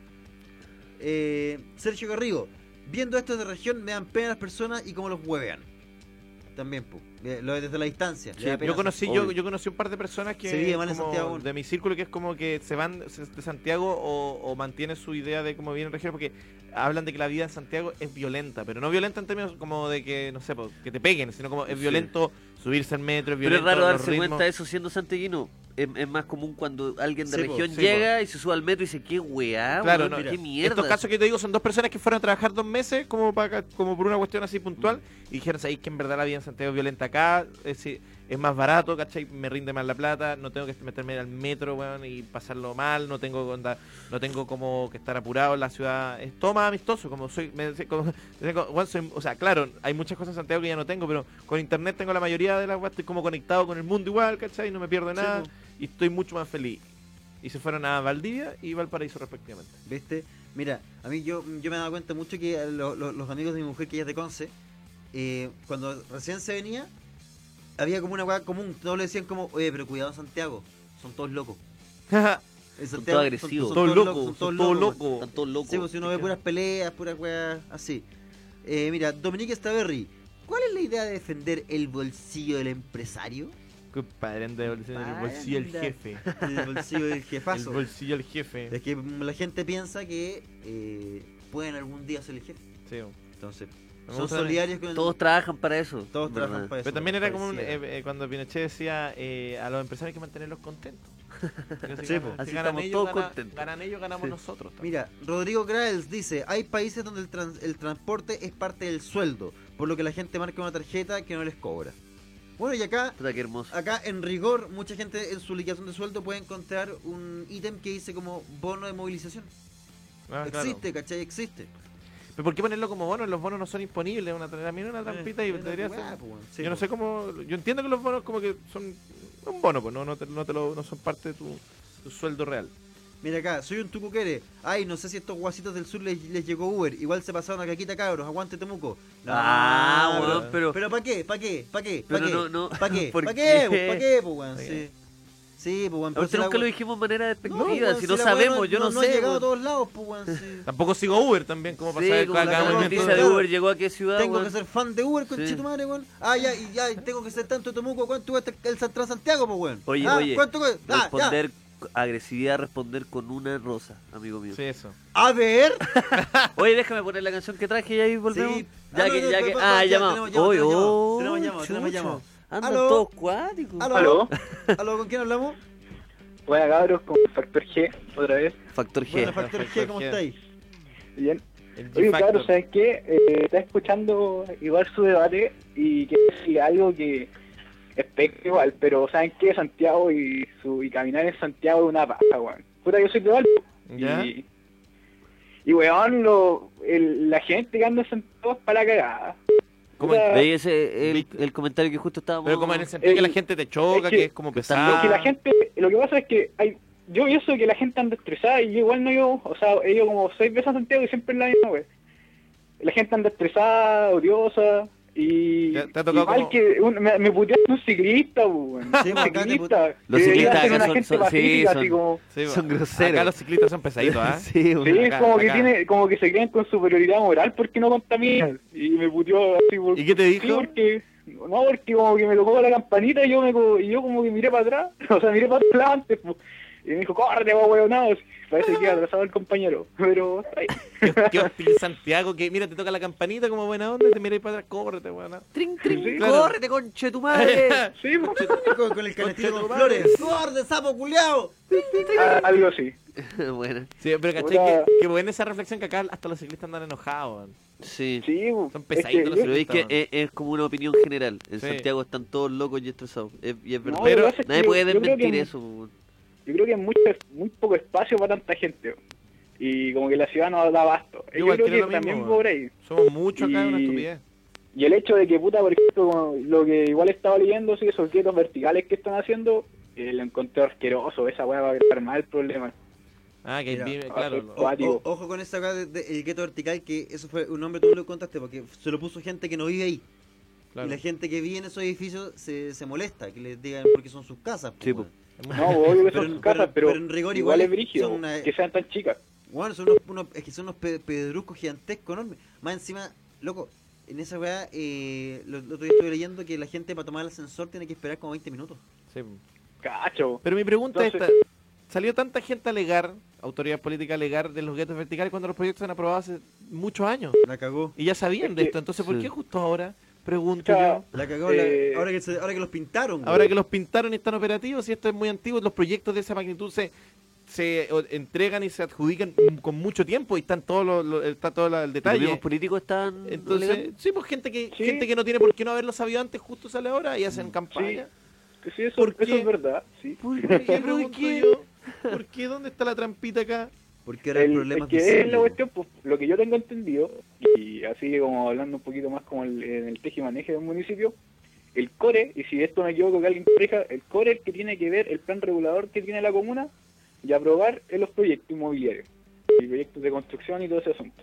Eh, Sergio Garrigo: viendo esto de región me dan pena las personas y cómo los huevean. También, pues, eh, lo desde la distancia. le da pena Yo conocí, Obvio. yo, yo conocí un par de personas que Se vive mal en como Santiago. de mi círculo que es como que se van se- de Santiago o, o mantienen su idea de cómo viene en región porque hablan de que la vida en Santiago es violenta, pero no violenta en términos como de que, no sé, po, que te peguen, sino como es Sí. violento subirse al metro, es Pero es violento raro los darse ritmos. cuenta de eso siendo santiaguino. Es, es más común cuando alguien de Sí, po, región sí, llega y se sube al metro y dice, qué weá, Claro, weón, no, qué mierda. Estos casos que te digo son dos personas que fueron a trabajar dos meses como para como por una cuestión así puntual y dijeron, ¿sabéis que en verdad la vida en Santiago es violenta acá? Es, decir, es más barato, ¿cachai? Me rinde más la plata, no tengo que meterme al metro, weón, y pasarlo mal, no tengo onda, no tengo como que estar apurado en la ciudad. Es todo más amistoso, como soy, me, como- weón, soy- o sea, claro, hay muchas cosas en Santiago que ya no tengo, pero con internet tengo la mayoría de las weas, estoy como conectado con el mundo igual, ¿cachai? No me pierdo nada po. y estoy mucho más feliz. Y se fueron a Valdivia y Valparaíso respectivamente. ¿Viste? Mira, a mí yo, yo me he dado cuenta mucho que lo- lo- los amigos de mi mujer, que ella es de Conce, eh, cuando recién se venía, había como una weá común. Todos le decían como, oye, pero cuidado en Santiago, son todos locos. En Son Santiago todos agresivos. son Todos todos locos, son son todos todos locos. locos. Están todos locos. Sí, pues si uno ve puras peleas, puras weas así. Eh, mira, Dominique Staberri, ¿cuál es la idea de defender el bolsillo del empresario? Compadre, anda de bolsillo, el bolsillo del Anda. jefe. El bolsillo del El jefazo. bolsillo del jefe. Es que mm, la gente piensa que eh, pueden algún día ser el jefe. Sí. Entonces, Me son gusta- solidarios con el- Todos trabajan para eso. Todos ¿verdad? trabajan para eso. Pero también era como un, pareciera. eh, eh, cuando Pinochet decía eh, a los empresarios hay que mantenerlos contentos. Porque si Sí, ganan- po. si Así ganan estamos ellos, todos gana- contentos. ganan ellos, ganamos Sí. nosotros. también. Mira, Rodrigo Graels dice, hay países donde el, trans- el transporte es parte del sueldo, por lo que la gente marca una tarjeta que no les cobra. Bueno, y acá, Puta, qué hermoso. acá en rigor, mucha gente en su liquidación de sueldo puede encontrar un ítem que dice como bono de movilización. Ah, claro. Existe, ¿cachai? Existe. ¿Pero por qué ponerlo como bono? Los bonos no son imponibles. Una, a mí una trampita y Eh, debería weá, ser. pues, weón. Sí, Yo no pues. sé cómo. Yo entiendo que los bonos, como que son un bono, pues no, no, te, no, te lo, no son parte de tu, tu sueldo real. Mira acá, soy un tucuquere. Ay, no sé si estos guasitos del sur les, les llegó Uber. Igual se pasaron a caquita, cabros. Aguante Temuco. No, Ah, pero- weón, pero- Pero ¿para qué? ¿Para qué? ¿Para qué? ¿Para Pero qué? no, no. ¿Para qué? ¿Por ¿Para qué? qué? pues? ¿Para qué, pues, weón? ¿Para Sí. qué? Sí, pues, weón. A usted si la nunca lo we- dijimos de manera No, despectiva, weón, si no la sabemos, weá yo no, no sé. ha llegado a weón. todos lados, pues, weón. Sí. Tampoco sigo Uber también, como pasa Sí, de como cada la movimiento. noticia de Claro. Uber llegó a qué ciudad, Tengo weón. que ser fan de Uber con Sí. Chetumare, weón. Ah, ya, y ya, y tengo que ser tanto de Temuco. ¿Cuánto cuesta el San Transantiago, pues, weón? Oye, Ah, oye, ¿cuánto cuesta? Ah, ya. responder, agresividad, responder con una rosa, amigo mío. Sí, eso. A ver. Oye, déjame poner la canción que traje y ahí volvemos. Sí. Ya Ah, no, que, no, ya pa- que, pa- ah, pa- ya, llamado. tenemos llamado, Oye, tenemos llamado, oh, tenemos llamado, tenemos chucha. llamado. Andan Aló. todos cuáticos. ¿Aló? ¿Aló? ¿Aló? ¿Con quién hablamos? Buena cabros, con Factor G, otra vez. Factor G. Bueno, Factor G, Factor ¿cómo G. estáis? Bien. El Oye, G-Factor. cabros, ¿sabes qué? Eh, está escuchando igual su debate y quiero decir algo que respecto igual, pero ¿saben qué? Santiago y su y caminar en Santiago es una paja, weón. Puta, yo soy de Valpo. ¿Ya? Y, y weón, lo, el, la gente que anda en Santiago es para la cagada. ¿Cómo? Puta, ¿Veis ese, el, Víctor. el comentario que justo estábamos... Pero como en el sentido que la El- gente te choca, es que- que es como que están pesado. Es que la gente, lo que pasa es que hay, yo pienso que la gente anda estresada y yo igual no yo, o sea, he ido como seis veces a Santiago y siempre es la misma, wey. La gente anda estresada, odiosa y ¿Te- te ha tocado igual como- que un, me, me putean un ciclista, wey. Sí, un pues, acá te ciclista. Los que ciclistas debería ser acá una son- gente son- sí, pacífica, son- así como... Sí, Son bueno, groseros. Acá los ciclistas son pesaditos, ¿ah? Sí, Sí, weón. es acá- como que acá. tiene, como que se creen con superioridad moral porque no contaminan. Y me puteó así por... ¿Y qué te dijo? Sí, porque... No, porque como que me tocó la campanita y yo, me, co- y yo como que miré para atrás, o sea, miré para atrás antes, pues. Y me dijo, córrete, va, weonado. Parece que iba atrasado el compañero, pero... Ay. Qué, qué hostil Santiago, que mira, te toca la campanita como buena onda y te miras para atrás, córrete, weón. Trin, trin, Sí, claro. córrete, conche tu madre. Sí, pues, Con, con el canastito con Conchetumare. flores. ¡Gordo, sapo, culiao! a- algo así. Bueno, Sí, pero caché Puta. que, que buena esa reflexión que acá hasta los ciclistas andan enojados, weón. sí. Sí, pues, Son es pesaditos que los yo- Pero es que Estaban. es, es como una opinión general. En Sí. Santiago están todos locos y estresados. Es- y es verdad. No, lo que Pero pasa es que Nadie yo- puede yo creo desmentir que- eso. weón. Yo creo que hay mucho, muy poco espacio para tanta gente. Y como que la ciudad no da abasto. Yo Igual creo creo que lo mismo, también weón. por ahí. Somos muchos acá, es una Y- estupidez. Y el hecho de que, puta, por ejemplo, como lo que igual estaba leyendo, sí, esos quietos verticales que están haciendo, eh, lo encontré asqueroso. Esa weá va a crear más el problema. Ah, que Mira, vive, ah, claro. sí. lo- O- Cuático. o- ojo con esa acá de, de- el gueto vertical, que eso fue un nombre tú lo contaste porque se lo puso gente que no vive ahí. claro. Y la gente que vive en esos edificios se, se molesta, que les digan porque son sus casas. Sí, pues, pues. No, obvio que Pero- son sus casas, pero- pero, pero en rigor igual igual es brígido son una- que sean tan chicas. Bueno, son unos, unos- es que son unos pe- pedruscos gigantescos, enormes. Más encima, loco, en esa weá, eh, lo, lo otro día estuve leyendo que la gente para tomar el ascensor tiene que esperar como veinte minutos. Sí. Cacho. Pero mi pregunta es Entonces- esta. Salió tanta gente a alegar, autoridad política a alegar de los guetos verticales cuando los proyectos se han aprobado hace muchos años. La cagó. Y ya sabían Es de que- esto. Entonces, ¿por sí. qué justo ahora? Pregunto O sea, yo. La cagó la- Eh, ahora, que se- ahora que los pintaron. Ahora güey. que los pintaron y están operativos, y esto es muy antiguo, los proyectos de esa magnitud se, se o- entregan y se adjudican mm, con mucho tiempo y están todos los, los- está todo la- el Los detalle. mismos políticos están Entonces, alegando. sí, pues gente que Sí. gente que no tiene por qué no haberlo sabido antes, justo sale ahora y hacen campaña. Que sí, eso, ¿Por eso qué? es verdad, sí. ¿Por qué? Pregunto yo. ¿Por qué? ¿Dónde está la trampita acá? Porque ahora el, El- problema es que visible, es la güey. cuestión, pues, lo que yo tengo entendido, y así como hablando un poquito más como el, en el tejimaneje del municipio, el core, y si esto me equivoco que alguien corrija, el core es el que tiene que ver el plan regulador que tiene la comuna y aprobar en los proyectos inmobiliarios y proyectos de construcción y todo ese asunto.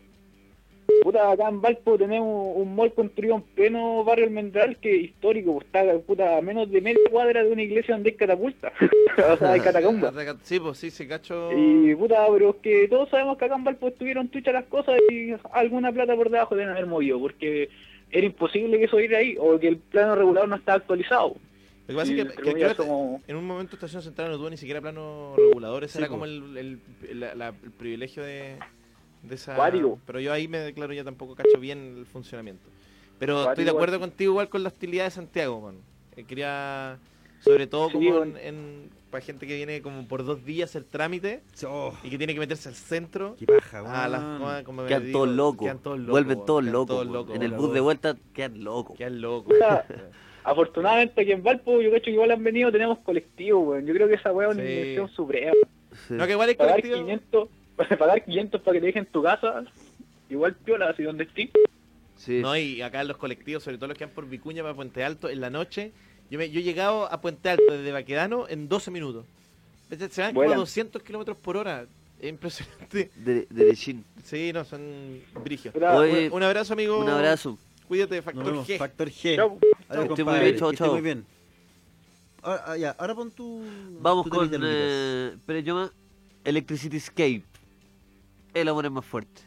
Puta, acá en Valpo tenemos un mall construido en pleno barrio Almendral que es histórico, pues, está puta, a menos de media cuadra de una iglesia donde hay catapulta, o sea, hay catacumbas. Sí, pues sí, se cacho. Y puta, pero es que todos sabemos que acá en Valpo estuvieron tuchas las cosas y alguna plata por debajo deben haber movido, porque era imposible que eso ir ahí, o que el plano regulador no estaba actualizado. Lo que pasa Y, es que, entre que comillas, creo que somos- en un momento Estación Central no tuvo ni siquiera plano regulador, ese Sí, era po. como el, el, la- la- el privilegio de, de esa... Cuático. Pero yo ahí me declaro ya tampoco cacho bien el funcionamiento. Pero estoy de Cuático. acuerdo contigo igual con la hostilidad de Santiago, man. Eh, quería, sobre todo Sí, como en, bueno. en- para gente que viene como por dos días el trámite Oh, y que tiene que meterse al centro. qué paja, A las, weón. como- como me Quedan digo, todos locos. quedan todos locos, Vuelven weón, todos quedan locos. todos weón. locos, En el weón. bus de vuelta quedan locos. Quedan locos. Puta, afortunadamente aquí en Valpo, yo cacho que igual han venido, tenemos colectivo, weón. Yo creo que esa weá es una Sí. inversión suprema. No, que igual es Pagar colectivo. quinientos, pagar quinientos para que te dejen tu casa, igual piola, así donde estés. Sí. No, y acá en los colectivos, sobre todo los que van por Vicuña para Puente Alto, en la noche, yo, me, yo he llegado a Puente Alto desde Baquedano en doce minutos. Se van como a Vuelan. doscientos kilómetros por hora. Es impresionante. De, derechín. Sí, no, son brigios. Oye, un, un abrazo, amigo. un abrazo. Cuídate, Factor Nos vemos, G. Factor G. Chau. Adiós, Esté muy compadre, bien, chao, que esté chao. muy bien. Ahora, ah, ya, ahora pon tu... Vamos tu con temita, Lucas. eh, pero yo más Electricity Escape. El amor es más fuerte.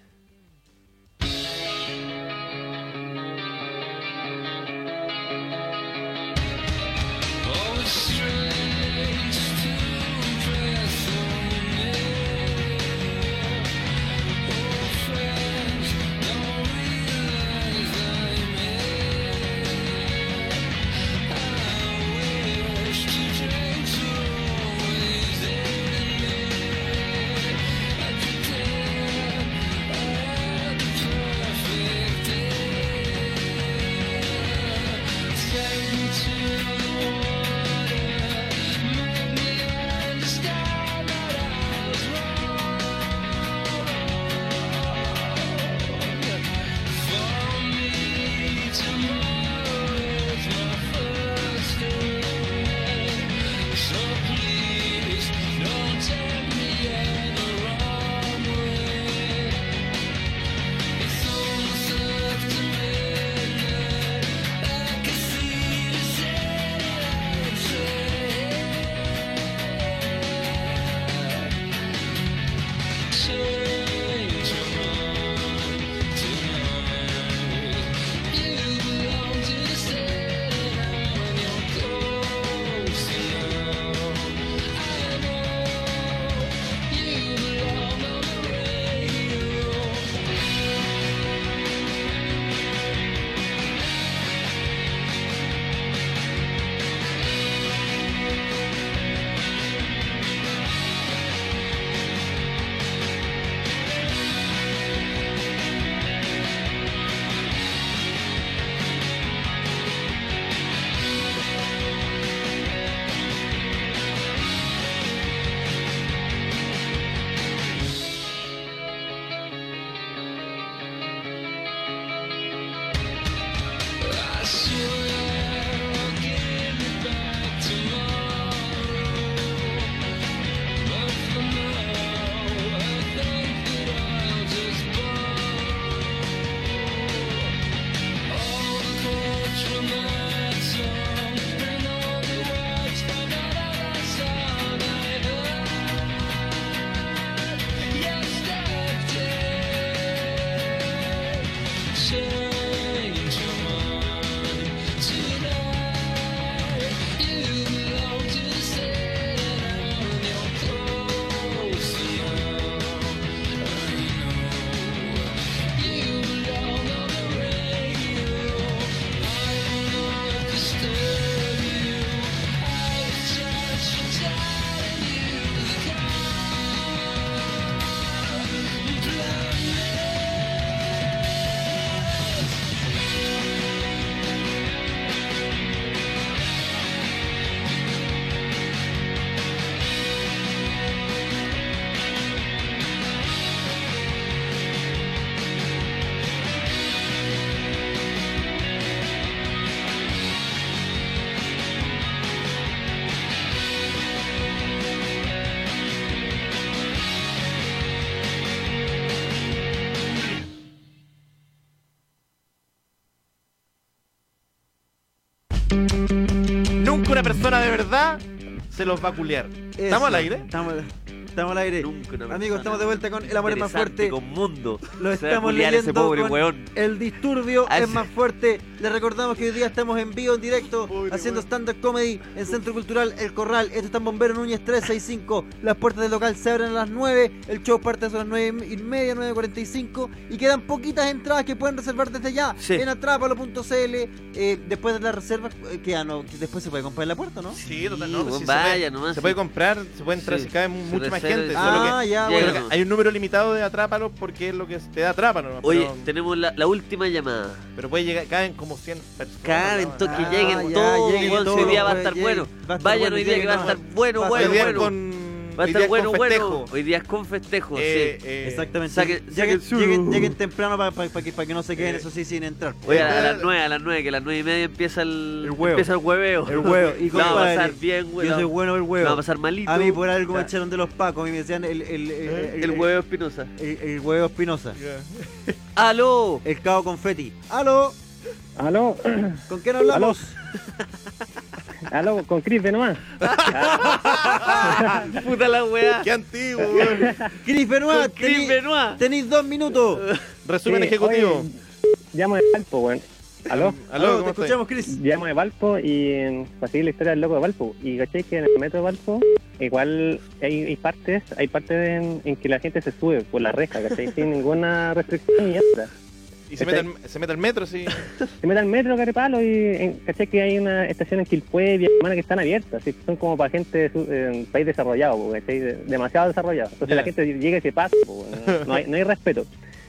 Nunca una persona de verdad se los va a culiar. Eso, ¿Estamos al aire? Estamos, estamos al aire. Amigos, estamos de vuelta con El amor es más Interesante, fuerte. con mundo. Lo Se va a estamos culiar ese leyendo pobre con weón. El disturbio Ah, es sí. más fuerte. Les recordamos que hoy día estamos en vivo, en directo, haciendo stand-up comedy en Centro Cultural El Corral. Esto está en Bombero Núñez trescientos sesenta y cinco. Las puertas del local se abren a las nueve. El show parte a las nueve y media, nueve cuarenta y cinco. Y quedan poquitas entradas que pueden reservar desde ya Sí. en atrápalo punto c l. Eh, después de la reserva, eh, que ya no, después se puede comprar en la puerta, ¿no? Sí, total, no, Sí, pues sí, vaya se puede, nomás, se sí. puede comprar, se puede entrar, Sí, si cae se mucha más reserva. gente. eso. solo Ah, que- ya, pero bueno. que hay un número limitado de atrápalos porque es lo que te da atrápalos. ¿no? Oye, pero, tenemos la, la última llamada. pero puede llegar, caben como cien personas. Caben, ¿no? todos que Ah, lleguen ya, todos, lleguen weón, si todos, hoy día va a pues, estar lleguen. bueno. Va a estar Vayan bueno, hoy día que va a lleguen, estar no. bueno, Va a bueno, Hoy día bueno. con, Va a hoy estar día bueno, con bueno. festejo. Hoy día es con festejo, Eh, sí. eh, Exactamente. Saquen- lleguen, saquen su- lleguen- lleguen temprano para que, pa que no se queden, Eh, eso sí, sin entrar. Oye, a, a las nueve, a las nueve, que a las nueve y media empieza el, El huevo. empieza el hueveo. El huevo. Y Lo vamos a compadre, pasar bien, Yo weón. soy bueno el Lo huevo. vamos a pasar malito. A mí por algo me Ya. echaron de los pacos. A mí me decían el, el, el, el, El huevo Espinosa. el, el huevo Espinosa. ¡Aló! El cabo confeti. ¡Aló! Aló, ¿Con quién hablamos? aló, con Chris de nomás. Puta la weá. ¡Qué antiguo, weón! Cris Benoit, Con Chris tení- Benoit. tenéis dos minutos. Resumen Sí, ejecutivo. oye, llamo de Valpo, weón. ¿Aló? Aló, Aló, ¿cómo te estás? escuchamos, Cris. Llamo de Valpo y eh, para seguir la historia del loco de Valpo. Y caché que en el metro de Valpo igual hay, hay partes, hay partes en, en que la gente se sube por la reja, ¿cachai? Sin ninguna restricción y ya está. Y se mete, al, se mete al metro, sí. Se mete al metro, carepalo, y en, caché que hay una estación en Quilpué y Hermana que están abiertas, así que son como para gente de su, eh, país desarrollado, po, ¿cachai? De- demasiado desarrollado. Entonces Ya. la gente llega y se pasa, po, no, no hay, no hay respeto.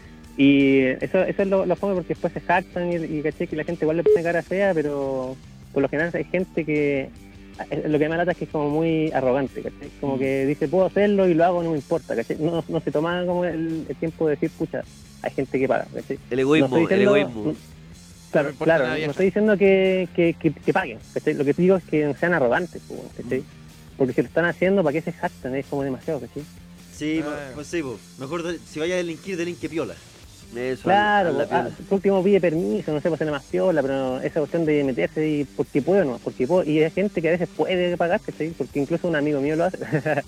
Y eso, eso es lo, lo fome porque después se jactan y, y caché que la gente igual le pone cara fea, pero por lo general hay gente que eh, lo que me lata es que es como muy arrogante, ¿cachai? Como que dice puedo hacerlo y lo hago, no me importa, ¿cachai? No, no se toma como el, el tiempo de decir, pucha, hay gente que paga, ¿cachai? El egoísmo, No estoy el diciendo- egoísmo. no- Claro, No me importa claro, nada, no vieja. estoy diciendo que, que, que, que paguen, ¿cachai? Lo que digo es que sean arrogantes, pues, ¿cachai? Porque si lo están haciendo, ¿para qué se jactan? Es como demasiado, ¿cachai? Sí, Ah. pues sí, pues. Mejor de- si vaya a delinquir, delinque piola. Eso, Claro, a la ah, piola. por último pide permiso, no sé, para hacer más piola, pero esa cuestión de meterse y porque puedo, no, porque puedo, y hay gente que a veces puede pagar, ¿cachai? Porque incluso un amigo mío lo hace,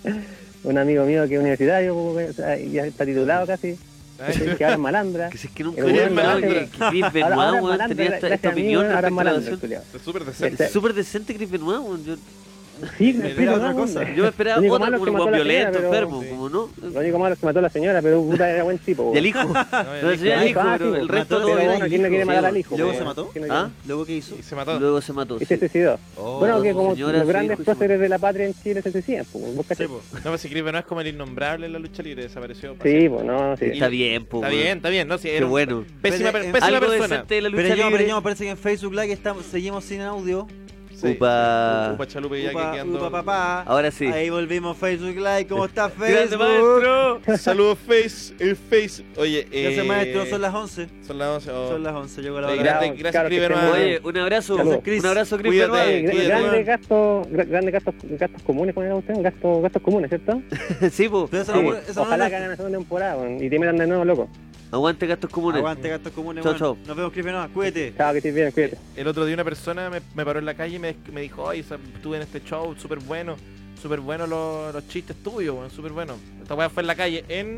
un amigo mío que es universitario, pues, o sea, ya está titulado casi, ¿cachai? Que ahora es malandra. Que si es que nunca El había weón lo escuchado hace, que, que Chris ahora- Benoit, ahora es weón, malandra, tenía esta, gracias esta a mí, opinión ahora es respecto a la malandra, relación. culiao. Es súper decente. Es súper decente Chris Benoit, weón. Yo, Sí, Me pero otra no, cosa. yo me esperaba Lo único otra, malo es como que un mató weón a la violento, señora, pero- enfermo, Sí. como no. Lo único malo es que mató a la señora, pero puta era buen tipo. Y el hijo. No, No, el sí, hijo- el hijo, Ah, pero sí, el mató, resto pero todo Pero bien. bueno, ¿quién no quiere matar al hijo? Luego po? se mató. ¿Quién no ¿Ah? quiere? ¿Luego qué hizo? Y se mató. Luego se mató. Y sí. se suicidó. Oh, Bueno, que como señora, los su grandes hijo y su próceres de la patria en Chile se suicidan, pues, vos cachai. Sí, pues. No, pues si Chris Benoit es como el innombrable en la lucha libre, desapareció. Sí, pues no, sí. Está bien, po, Está weón. bien, está bien, ¿no? Sí, Qué era un- bueno. Pésima, Pero, per- eh, pésima Algo persona. decente de la lucha Pero yo, libre. pero yo, parece que en Facebook Live estamos, seguimos sin audio. Sí. Upa. Upa Chalupa ya Upa, que quedando. upa, papá. Ahora sí. Ahí volvimos Facebook Live. ¿Cómo está Grande Facebook? maestro. Saludos Face, el Face. Oye, eh, Gracias, maestro. Son las once. Son las once. oh. Son las once. Llegó la Oye, hora. grande, gracias Claro, Chris que Benoit. Oye, un abrazo. Saludos. Un abrazo, Chris Cuídate. Benoit. Oye, cuídate, grandes weón. gastos, gra- grandes gastos, gastos comunes, ¿cómo era usted? Gastos, gastos comunes, ¿cierto? Sí, po. Pero eso Sí, no- eso no ojalá lo- que hagan la segunda temporada, weón, y te metan de nuevo, loco. Aguante gastos comunes. Aguante, gastos comunes. Chao, weón. chao. Nos vemos, Chris Benoit. Cuídate. Chao, que estés bien, cuídate. El otro día una persona me, me paró en la calle y me, me dijo, oye, sa- estuve en este show, súper bueno, súper bueno los, los chistes tuyos, weón, súper bueno. Esta weá fue en la calle, en...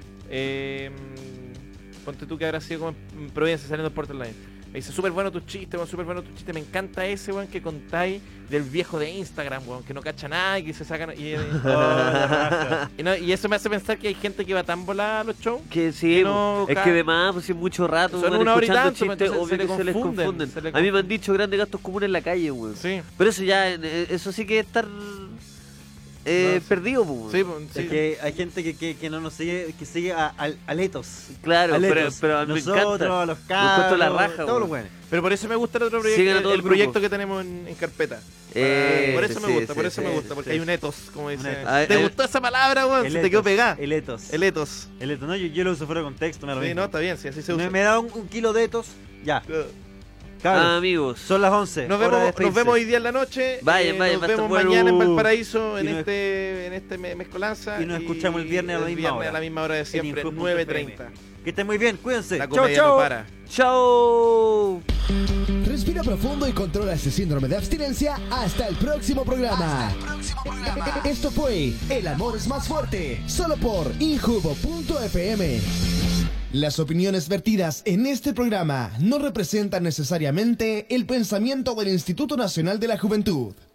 Eh, ponte tú que habrá sido como en Providencia, saliendo del Portal Line. Me dice, súper bueno tus chistes, weón, súper bueno tus chistes. Me encanta ese, weón, que contáis del viejo de Instagram, weón, que no cacha nada y que se sacan... Y, y, no, y eso me hace pensar que hay gente que va tan volada a los shows. Que sí, Que po. no es ca- que además, pues es mucho rato, Son weón, una hora y escuchando tanto, chistes, entonces obvio se le que se les confunden, confunden. se le A mí me han confunden. dicho grandes gastos comunes en la calle, weón. Sí. Pero eso ya, eh, eso sí que es estar eh, No, sí. perdido, po, weón. Sí, pues, sí. Es que hay gente que, que, que no nos sigue, que sigue a, a, a Letos. Claro, A pero, Letos. pero a mí me Nosotros, encanta. a los Me encuentro la cabros, raja, todos weón. los buenos. Pero por eso me gusta el otro Sigan a proyecto, todo el, el proyecto grupo. que tenemos en, en carpeta. Eh, por eso sí, me gusta, sí, por eso sí, me gusta, porque sí. hay un ethos, como dice. ethos. Ah, ¿Te eh, gustó esa palabra, weón? Se te quedó pegada. El Etos. El ethos. El Etos. No, yo, yo lo uso fuera de contexto. Me, lo Sí, mismo. no, está bien, sí, así se usa. me, me da un, un kilo de Etos. Ya. Ah, Cabros, amigos. son las once. Nos hora de vemos, nos despedirse. vemos hoy día en la noche. Vayan, eh, vayan, Nos va a estar vemos bueno. mañana en Valparaíso en Y nos- este, en este me- mezcolanza. y nos escuchamos el viernes a la misma hora. a la misma hora de siempre, Inhub punto nueve treinta. Que estén muy bien, cuídense. La Chao, comedia chao. no para. Chao. Respira profundo y controla ese síndrome de abstinencia hasta el próximo programa. Esto fue El amor es más fuerte, solo por injubo punto f m. Las opiniones vertidas en este programa no representan necesariamente el pensamiento del Instituto Nacional de la Juventud.